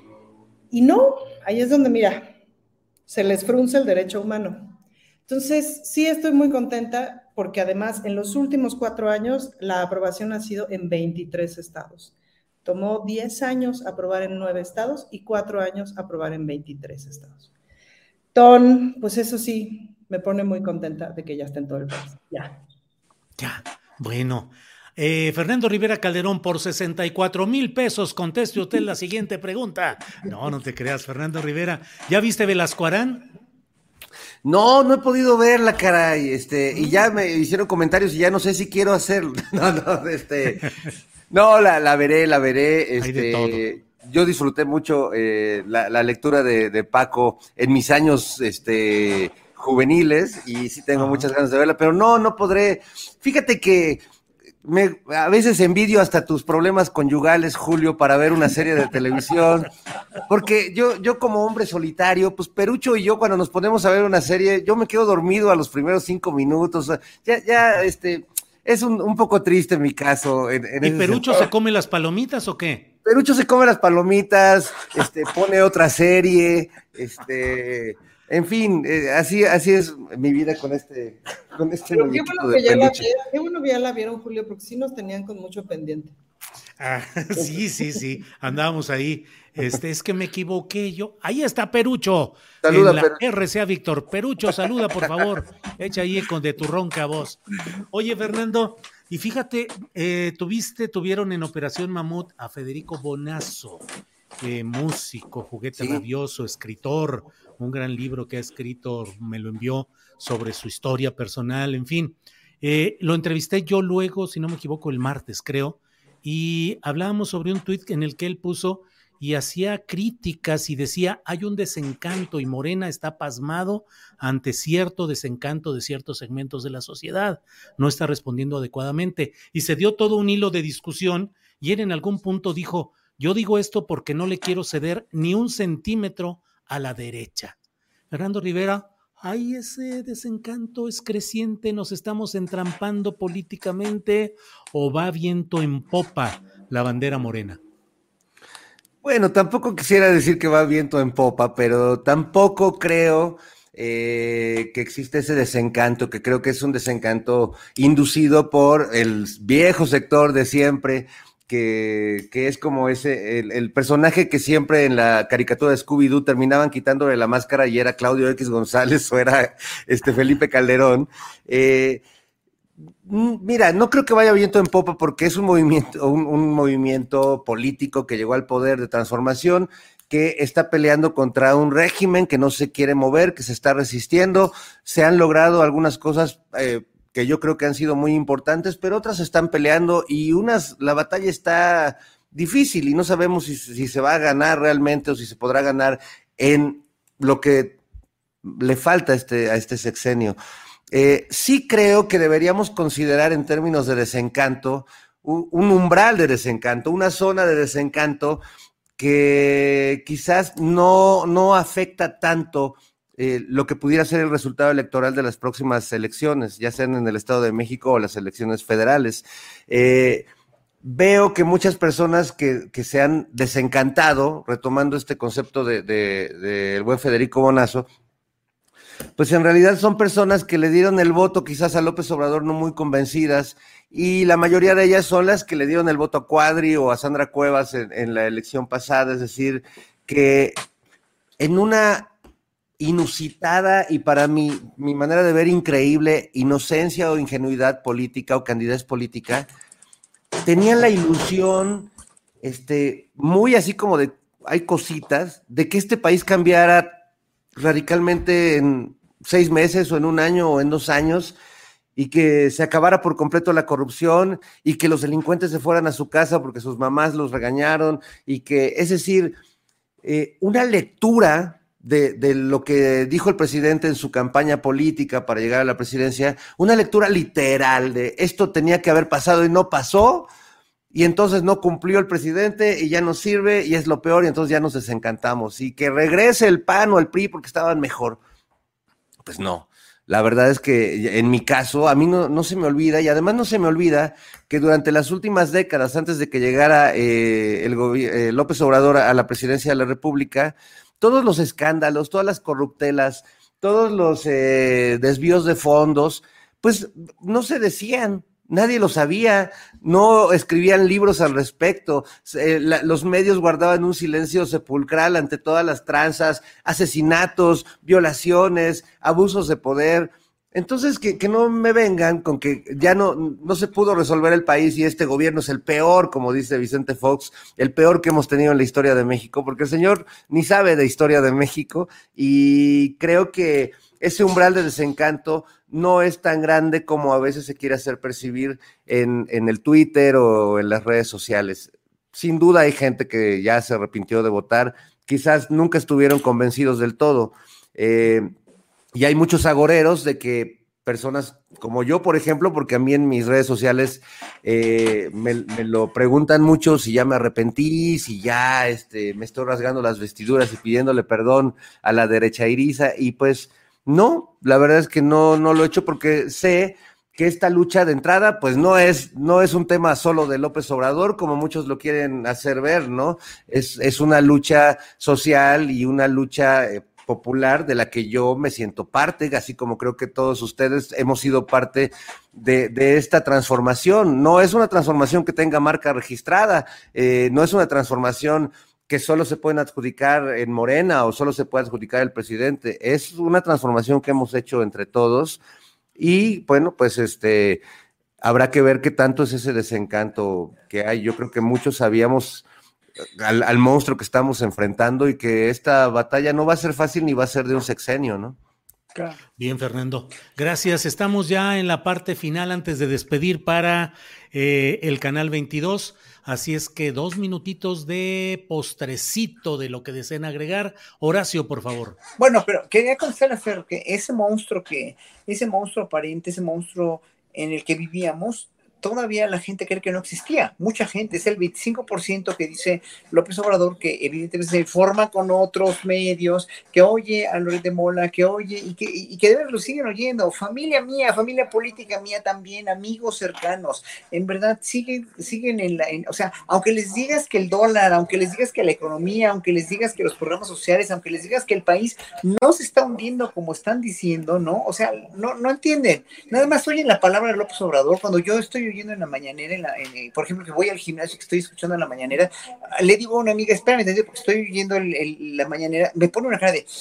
Y no, ahí es donde, mira, se les frunce el derecho humano. Entonces, sí estoy muy contenta porque además en los últimos cuatro años la aprobación ha sido en veintitrés estados. Tomó diez años aprobar en nueve estados y cuatro años aprobar en veintitrés estados. Ton, pues eso sí, me pone muy contenta de que ya esté en todo el país. Ya. Ya, bueno. Eh, Fernando Rivera Calderón, por sesenta y cuatro mil pesos, conteste usted la siguiente pregunta. No, no te creas, Fernando Rivera. ¿Ya viste Velasco Arán? No, no he podido verla, caray, este, y ya me hicieron comentarios y ya no sé si quiero hacerlo. No, no, este, no, la, la veré, la veré, Hay de todo. este, yo disfruté mucho eh, la, la lectura de, de Paco en mis años, este, juveniles, y sí tengo Ajá. muchas ganas de verla, pero no, no podré. Fíjate que me, a veces envidio hasta tus problemas conyugales, Julio, para ver una serie de televisión, porque yo, yo como hombre solitario, pues Perucho y yo cuando nos ponemos a ver una serie, yo me quedo dormido a los primeros cinco minutos, ya, ya, este, es un, un poco triste mi caso. En, en ¿Y ese Perucho sentido. se come las palomitas o qué? Perucho se come las palomitas, este, pone otra serie, este, en fin, eh, así, así es mi vida con este, con este Pero qué muñequito bueno de que ya la peluche. vieron, qué bueno que ya la vieron, Julio, porque sí nos tenían con mucho pendiente. Ah, sí, sí, sí, andábamos ahí. Este, es que me equivoqué yo. Ahí está Perucho. Saluda, en la Perucho. R C A Víctor. Perucho, saluda, por favor. Echa ahí eco de tu ronca voz. Oye, Fernando, y fíjate, eh, tuviste, tuvieron en Operación Mamut a Federico Bonazo, eh, músico, juguete Sí. rabioso, escritor, un gran libro que ha escrito, me lo envió sobre su historia personal, en fin. Eh, lo entrevisté yo luego, si no me equivoco, el martes, creo, y hablábamos sobre un tuit en el que él puso y hacía críticas y decía, hay un desencanto y Morena está pasmado ante cierto desencanto de ciertos segmentos de la sociedad, no está respondiendo adecuadamente, y se dio todo un hilo de discusión y él en algún punto dijo, yo digo esto porque no le quiero ceder ni un centímetro a la derecha. Fernando Rivera, ¿hay ese desencanto es creciente, nos estamos entrampando políticamente o va viento en popa la bandera morena? Bueno, tampoco quisiera decir que va viento en popa, pero tampoco creo eh, que existe ese desencanto, que creo que es un desencanto inducido por el viejo sector de siempre, que, que es como ese, el, el personaje que siempre en la caricatura de Scooby-Doo terminaban quitándole la máscara y era Claudio X González o era este Felipe Calderón. Eh, Mira, no creo que vaya viento en popa porque es un movimiento, un, un movimiento político que llegó al poder de transformación, que está peleando contra un régimen que no se quiere mover, que se está resistiendo. Se han logrado algunas cosas eh, que yo creo que han sido muy importantes, pero otras están peleando y unas, la batalla está difícil y no sabemos si, si se va a ganar realmente o si se podrá ganar en lo que le falta a este, a este sexenio. Eh, sí creo que deberíamos considerar en términos de desencanto un, un umbral de desencanto, una zona de desencanto que quizás no, no afecta tanto eh, lo que pudiera ser el resultado electoral de las próximas elecciones, ya sean en el Estado de México o las elecciones federales. Eh, veo que muchas personas que, que se han desencantado, retomando este concepto de, de, de el buen Federico Bonazo, pues en realidad son personas que le dieron el voto quizás a López Obrador no muy convencidas y la mayoría de ellas son las que le dieron el voto a Cuadri o a Sandra Cuevas en, en la elección pasada, es decir, que en una inusitada y para mi, mi manera de ver increíble inocencia o ingenuidad política o candidez política, tenían la ilusión, este, muy así como de, hay cositas, de que este país cambiara radicalmente en seis meses o en un año o en dos años y que se acabara por completo la corrupción y que los delincuentes se fueran a su casa porque sus mamás los regañaron y que, es decir, eh, una lectura de, de lo que dijo el presidente en su campaña política para llegar a la presidencia, una lectura literal de esto tenía que haber pasado y no pasó, y entonces no cumplió el presidente y ya no sirve y es lo peor y entonces ya nos desencantamos y que regrese el P A N o el P R I porque estaban mejor. Pues no, la verdad es que en mi caso a mí no, no se me olvida y además no se me olvida que durante las últimas décadas antes de que llegara eh, el eh, López Obrador a la presidencia de la República, todos los escándalos, todas las corruptelas, todos los eh, desvíos de fondos, pues no se decían. Nadie lo sabía, no escribían libros al respecto, eh, la, los medios guardaban un silencio sepulcral ante todas las tranzas, asesinatos, violaciones, abusos de poder, Entonces, que, que no me vengan con que ya no, no se pudo resolver el país y este gobierno es el peor, como dice Vicente Fox, el peor que hemos tenido en la historia de México, porque el señor ni sabe de historia de México y creo que ese umbral de desencanto no es tan grande como a veces se quiere hacer percibir en, en el Twitter o en las redes sociales. Sin duda hay gente que ya se arrepintió de votar, quizás nunca estuvieron convencidos del todo. Eh, Y hay muchos agoreros de que personas como yo, por ejemplo, porque a mí en mis redes sociales eh, me, me lo preguntan mucho si ya me arrepentí, si ya este, me estoy rasgando las vestiduras y pidiéndole perdón a la derecha iriza, y pues no, la verdad es que no, no lo he hecho porque sé que esta lucha de entrada, pues no es, no es un tema solo de López Obrador, como muchos lo quieren hacer ver, ¿no? Es, es una lucha social y una lucha eh, popular de la que yo me siento parte, así como creo que todos ustedes hemos sido parte de, de esta transformación. No es una transformación que tenga marca registrada, eh, no es una transformación que solo se pueden adjudicar en Morena o solo se puede adjudicar el presidente, es una transformación que hemos hecho entre todos y bueno, pues este habrá que ver qué tanto es ese desencanto que hay. Yo creo que muchos sabíamos Al, al monstruo que estamos enfrentando y que esta batalla no va a ser fácil ni va a ser de un sexenio, ¿no? Claro. Bien, Fernando. Gracias. Estamos ya en la parte final antes de despedir para eh, el Canal veintidós. Así es que dos minutitos de postrecito de lo que deseen agregar. Horacio, por favor. Bueno, pero quería contestarle a Fer que ese monstruo que, ese monstruo aparente, ese monstruo en el que vivíamos, todavía la gente cree que no existía. Mucha gente, es el veinticinco por ciento que dice López Obrador, que evidentemente se informa con otros medios, que oye a Loret de Mola, que oye y que, y que de verdad lo siguen oyendo. Familia mía, familia política mía también, amigos cercanos. En verdad, siguen, siguen en la... En, o sea, aunque les digas que el dólar, aunque les digas que la economía, aunque les digas que los programas sociales, aunque les digas que el país no se está hundiendo como están diciendo, ¿no? O sea, no, no entienden. Nada más oyen la palabra de López Obrador. Cuando yo estoy oyendo en la mañanera, en la, en, por ejemplo, que voy al gimnasio, que estoy escuchando en la mañanera, le digo a una amiga, espérame, porque estoy oyendo el, el, la mañanera, me pone una cara de,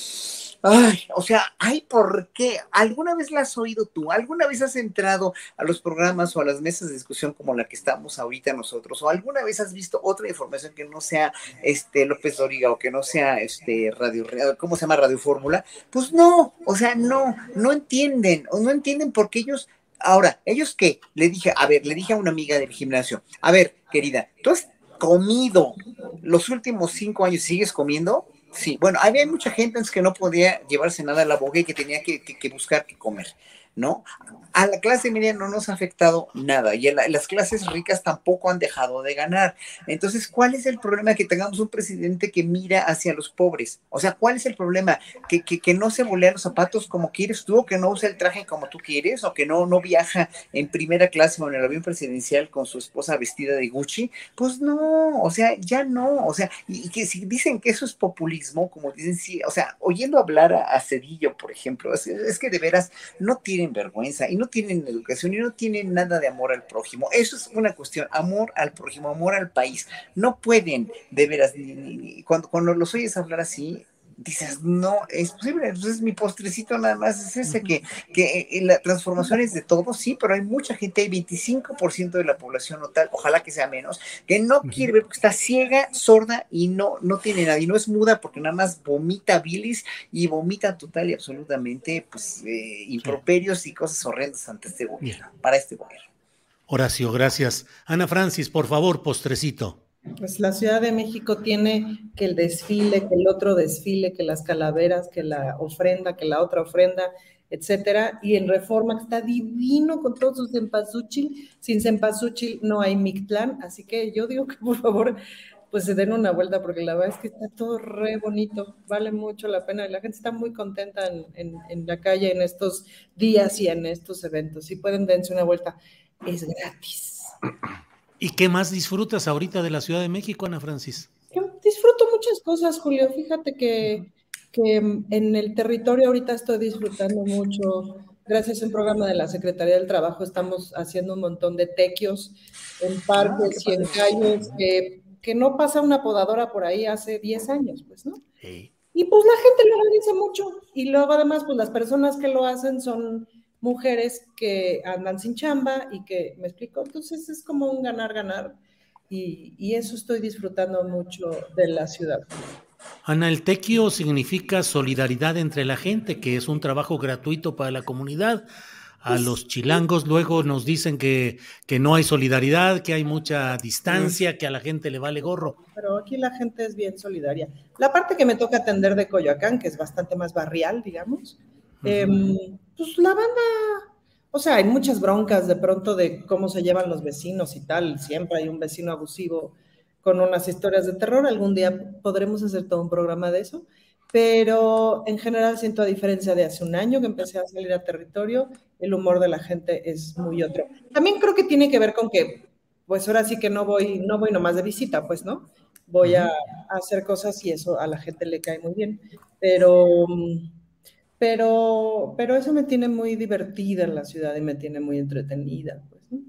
ay, o sea, ay, ¿por qué? ¿Alguna vez la has oído tú? ¿Alguna vez has entrado a los programas o a las mesas de discusión como la que estamos ahorita nosotros? ¿O alguna vez has visto otra información que no sea este López Dóriga o que no sea este Radio, ¿cómo se llama? Radio Fórmula? Pues no, o sea, no, no entienden, o no entienden porque ellos. Ahora, ¿ellos qué? Le dije, a ver, le dije a una amiga del gimnasio, a ver, querida, ¿tú has comido los últimos cinco años? ¿Sigues comiendo? Sí, bueno, había mucha gente antes que no podía llevarse nada a la boca y que tenía que, que, que buscar qué comer, ¿no? A la clase media no nos ha afectado nada y la, las clases ricas tampoco han dejado de ganar. Entonces, ¿cuál es el problema? Que tengamos un presidente que mira hacia los pobres. O sea, ¿cuál es el problema? Que, que, que no se volea los zapatos como quieres tú, o que no usa el traje como tú quieres, o que no, no viaja en primera clase o en el avión presidencial con su esposa vestida de Gucci. Pues no, o sea, ya no. O sea, y, y que si dicen que eso es populismo, como dicen, sí, o sea, oyendo hablar a, a Cedillo, por ejemplo, es, es que de veras no tienen vergüenza y no tienen educación y no tienen nada de amor al prójimo. Eso es una cuestión, amor al prójimo, amor al país. No pueden, de veras, ni, ni, ni, cuando, cuando los oyes hablar así, dices, no, es posible. Entonces mi postrecito nada más es ese, que, que eh, la transformación es de todo, sí, pero hay mucha gente, hay veinticinco por ciento de la población total, ojalá que sea menos, que no quiere ver porque está ciega, sorda y no, no tiene nada, y no es muda porque nada más vomita bilis y vomita total y absolutamente, pues, eh, improperios y cosas horrendas ante este gobierno, para este gobierno. Horacio, gracias. Ana Francis, por favor, postrecito. Pues la Ciudad de México tiene que el desfile, que el otro desfile, que las calaveras, que la ofrenda, que la otra ofrenda, etcétera. Y en Reforma, que está divino con todos sus cempasúchil. Sin cempasúchil no hay Mictlán. Así que yo digo que por favor, pues se den una vuelta, porque la verdad es que está todo re bonito. Vale mucho la pena. Y la gente está muy contenta en, en, en la calle en estos días y en estos eventos. Si pueden, dense una vuelta. Es gratis. ¿Y qué más disfrutas ahorita de la Ciudad de México, Ana Francis? Yo disfruto muchas cosas, Julio. Fíjate que, que en el territorio ahorita estoy disfrutando mucho. Gracias a un programa de la Secretaría del Trabajo estamos haciendo un montón de tequios en parques y en calles que, que no pasa una podadora por ahí hace diez años, pues, ¿no? Sí. Y pues la gente lo agradece mucho. Y luego además, pues las personas que lo hacen son mujeres que andan sin chamba y que, ¿me explico? Entonces es como un ganar-ganar y, y eso estoy disfrutando mucho de la ciudad. Ana, el tequio significa solidaridad entre la gente, que es un trabajo gratuito para la comunidad. A los chilangos luego nos dicen que, que no hay solidaridad, que hay mucha distancia, que a la gente le vale gorro. Pero aquí la gente es bien solidaria. La parte que me toca atender de Coyoacán, que es bastante más barrial, digamos, uh-huh. eh, pues la banda, o sea, hay muchas broncas de pronto de cómo se llevan los vecinos y tal. Siempre hay un vecino abusivo con unas historias de terror. Algún día podremos hacer todo un programa de eso. Pero en general siento, a diferencia de hace un año que empecé a salir a territorio, el humor de la gente es muy otro. También creo que tiene que ver con que, pues ahora sí que no voy, no voy nomás de visita, pues, ¿no? Voy a, a hacer cosas y eso a la gente le cae muy bien. Pero, pero, pero eso me tiene muy divertida en la ciudad y me tiene muy entretenida, pues, ¿no?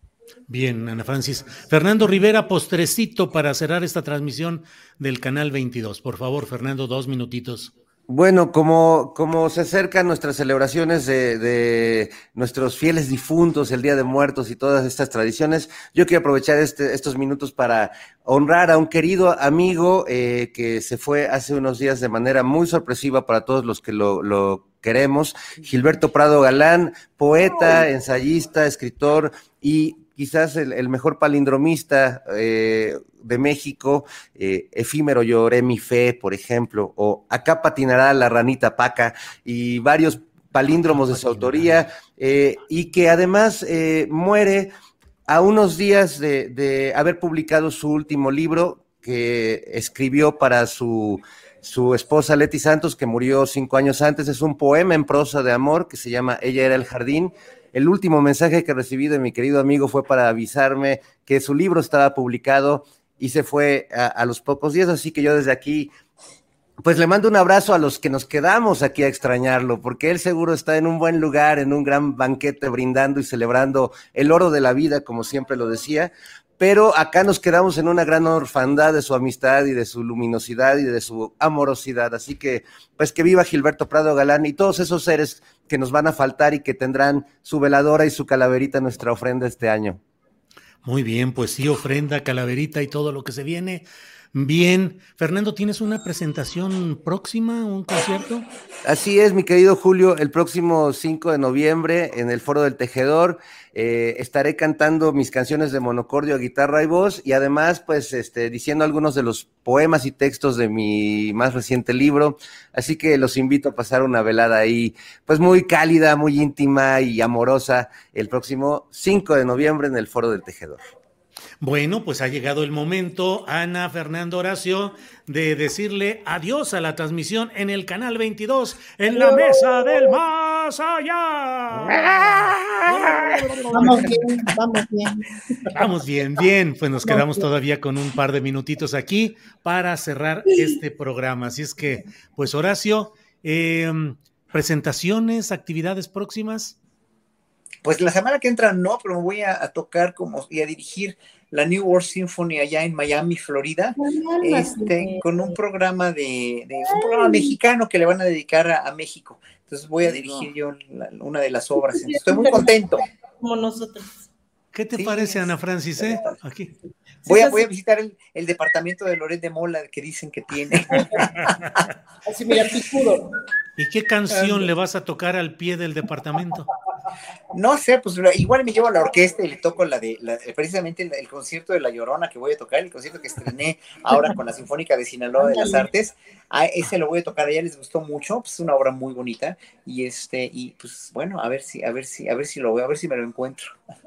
Bien, Ana Francis. Fernando Rivera, postrecito para cerrar esta transmisión del Canal veintidós. Por favor, Fernando, dos minutitos. Bueno, como, como se acercan nuestras celebraciones de, de nuestros fieles difuntos, el Día de Muertos y todas estas tradiciones, yo quiero aprovechar este, estos minutos para honrar a un querido amigo eh, que se fue hace unos días de manera muy sorpresiva para todos los que lo, lo queremos. Gilberto Prado Galán, poeta, ensayista, escritor y quizás el, el mejor palindromista eh, de México, eh, Efímero lloré mi fe, por ejemplo, o Acá patinará la ranita Paca, y varios palíndromos de su autoría, eh, y que además eh, muere a unos días de, de haber publicado su último libro, que escribió para su, su esposa Leti Santos, que murió cinco años antes. Es un poema en prosa de amor que se llama Ella era el jardín. El último mensaje que recibí de mi querido amigo fue para avisarme que su libro estaba publicado y se fue a, a los pocos días, así que yo desde aquí, pues le mando un abrazo a los que nos quedamos aquí a extrañarlo, porque él seguro está en un buen lugar, en un gran banquete brindando y celebrando el oro de la vida, como siempre lo decía, pero acá nos quedamos en una gran orfandad de su amistad y de su luminosidad y de su amorosidad, así que pues que viva Gilberto Prado Galán y todos esos seres que nos van a faltar y que tendrán su veladora y su calaverita en nuestra ofrenda este año. Muy bien, pues sí, ofrenda, calaverita y todo lo que se viene. Bien, Fernando, ¿tienes una presentación próxima, un concierto? Así es, mi querido Julio, el próximo cinco de noviembre en el Foro del Tejedor eh, estaré cantando mis canciones de monocordio, guitarra y voz, y además pues este, diciendo algunos de los poemas y textos de mi más reciente libro, así que los invito a pasar una velada ahí pues muy cálida, muy íntima y amorosa el próximo cinco de noviembre en el Foro del Tejedor. Bueno, pues ha llegado el momento, Ana, Fernando, Horacio, de decirle adiós a la transmisión en el Canal veintidós, en la Mesa del Más Allá. Vamos bien, vamos bien. Vamos bien, bien, pues nos quedamos todavía con un par de minutitos aquí para cerrar este programa. Así es que, pues Horacio, eh, presentaciones, actividades próximas. Pues la semana que entra no, pero me voy a, a tocar como y a dirigir la New World Symphony allá en Miami, Florida, este, con un programa de, de un programa mexicano que le van a dedicar a, a México. Entonces voy a dirigir yo la, una de las obras. Entonces, estoy muy contento. Como nosotros. ¿Qué te sí, parece, Ana Francis? Eh? Aquí. Voy a, voy a visitar el, el departamento de Loret de Mola que dicen que tiene. Así, mira, picudo. ¿Y qué canción le vas a tocar al pie del departamento? No sé, pues igual me llevo a la orquesta y le toco la de, la, precisamente el, el concierto de La Llorona que voy a tocar, el concierto que estrené ahora con la Sinfónica de Sinaloa de las Artes, a ese lo voy a tocar, a ella les gustó mucho, pues es una obra muy bonita, y este, y pues bueno, a ver si, a ver si, a ver si lo voy, a ver si me lo encuentro.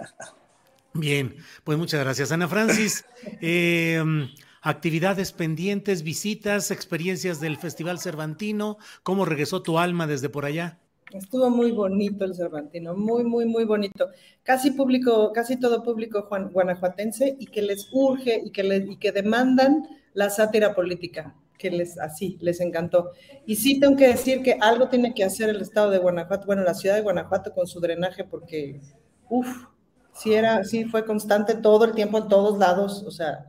Bien, pues muchas gracias, Ana Francis. Eh, actividades pendientes, visitas, experiencias del Festival Cervantino, ¿cómo regresó tu alma desde por allá? Estuvo muy bonito el Cervantino, muy, muy, muy bonito. Casi público, casi todo público juan, guanajuatense y que les urge y que, les, y que demandan la sátira política, que les así, les encantó. Y sí tengo que decir que algo tiene que hacer el estado de Guanajuato, bueno, la ciudad de Guanajuato con su drenaje, porque, uff, sí, era, sí fue constante todo el tiempo en todos lados, o sea,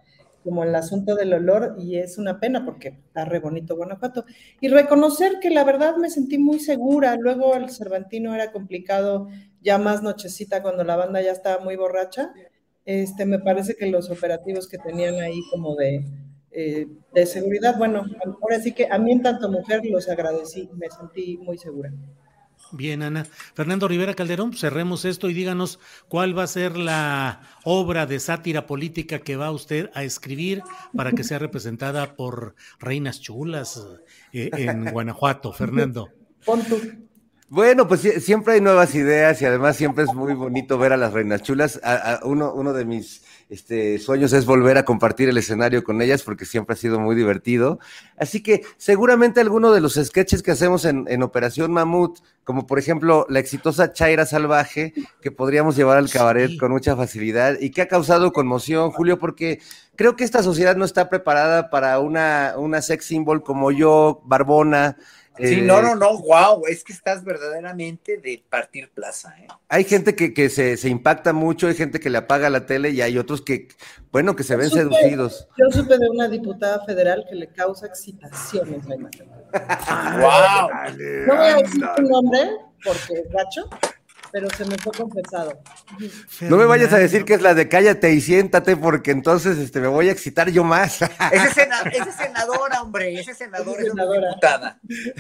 como el asunto del olor, y es una pena porque está re bonito Guanajuato. Y reconocer que la verdad me sentí muy segura. Luego el Cervantino era complicado, ya más nochecita cuando la banda ya estaba muy borracha. Este, me parece que los operativos que tenían ahí como de, eh, de seguridad, bueno, ahora sí que a mí en tanto mujer los agradecí, me sentí muy segura. Bien, Ana. Fernando Rivera Calderón, cerremos esto y díganos cuál va a ser la obra de sátira política que va usted a escribir para que sea representada por reinas chulas eh, en Guanajuato. Fernando. Pon tú. Bueno, pues siempre hay nuevas ideas y además siempre es muy bonito ver a las reinas chulas. A, a uno, uno de mis este, sueños es volver a compartir el escenario con ellas porque siempre ha sido muy divertido. Así que seguramente alguno de los sketches que hacemos en, en Operación Mamut, como por ejemplo la exitosa Chaira Salvaje, que podríamos llevar al cabaret sí. con mucha facilidad y que ha causado conmoción, Julio, porque creo que esta sociedad no está preparada para una, una sex symbol como yo, barbona. Sí, eh, no, no, no, wow, es que estás verdaderamente de partir plaza. ¿eh? Hay gente que, que se, se impacta mucho, hay gente que le apaga la tele y hay otros que, bueno, que se yo ven supe, seducidos. Yo supe de una diputada federal que le causa excitaciones la imagen. ¡Wow! No voy a decir tu nombre porque es gacho, pero se me fue confesado. No me vayas a decir que es la de cállate y siéntate, porque entonces este, me voy a excitar yo más. Esa es sena, senadora, hombre, esa senadora es una diputada.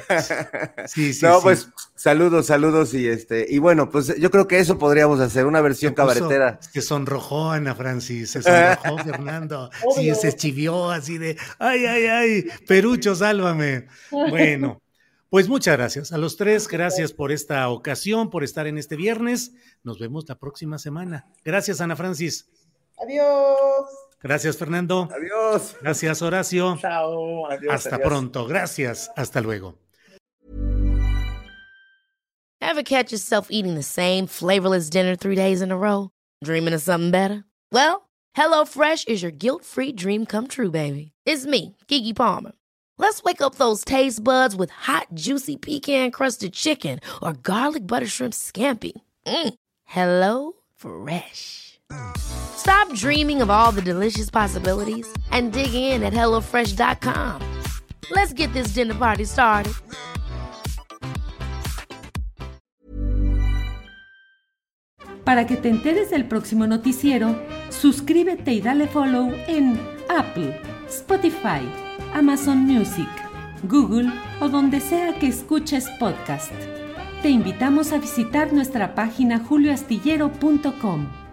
Sí, sí, no, sí. Pues saludos, saludos y este, y bueno, pues yo creo que eso podríamos hacer, una versión puso, cabaretera. Se sonrojó Ana Francis, se sonrojó Fernando, sí, se chivió así de, ay, ay, ay, Perucho, sálvame. Bueno. Pues muchas gracias a los tres, gracias por esta ocasión, por estar en este viernes. Nos vemos la próxima semana. Gracias, Ana Francis. Adiós. Gracias, Fernando. Adiós. Gracias, Horacio. Chao. Adiós. Hasta adiós. pronto. Gracias. Hasta luego. Ever catch yourself eating the same flavorless dinner three days in a row? Dreaming of something better? Well, HelloFresh is your guilt-free dream come true, baby. It's me, Keke Palmer. Let's wake up those taste buds with hot, juicy pecan-crusted chicken or garlic butter shrimp scampi. Mm. Hello Fresh. Stop dreaming of all the delicious possibilities and dig in at hello fresh dot com. Let's get this dinner party started. Para que te enteres del próximo noticiero, suscríbete y dale follow en Apple, Spotify, Amazon Music, Google o donde sea que escuches podcast. Te invitamos a visitar nuestra página julio astillero punto com.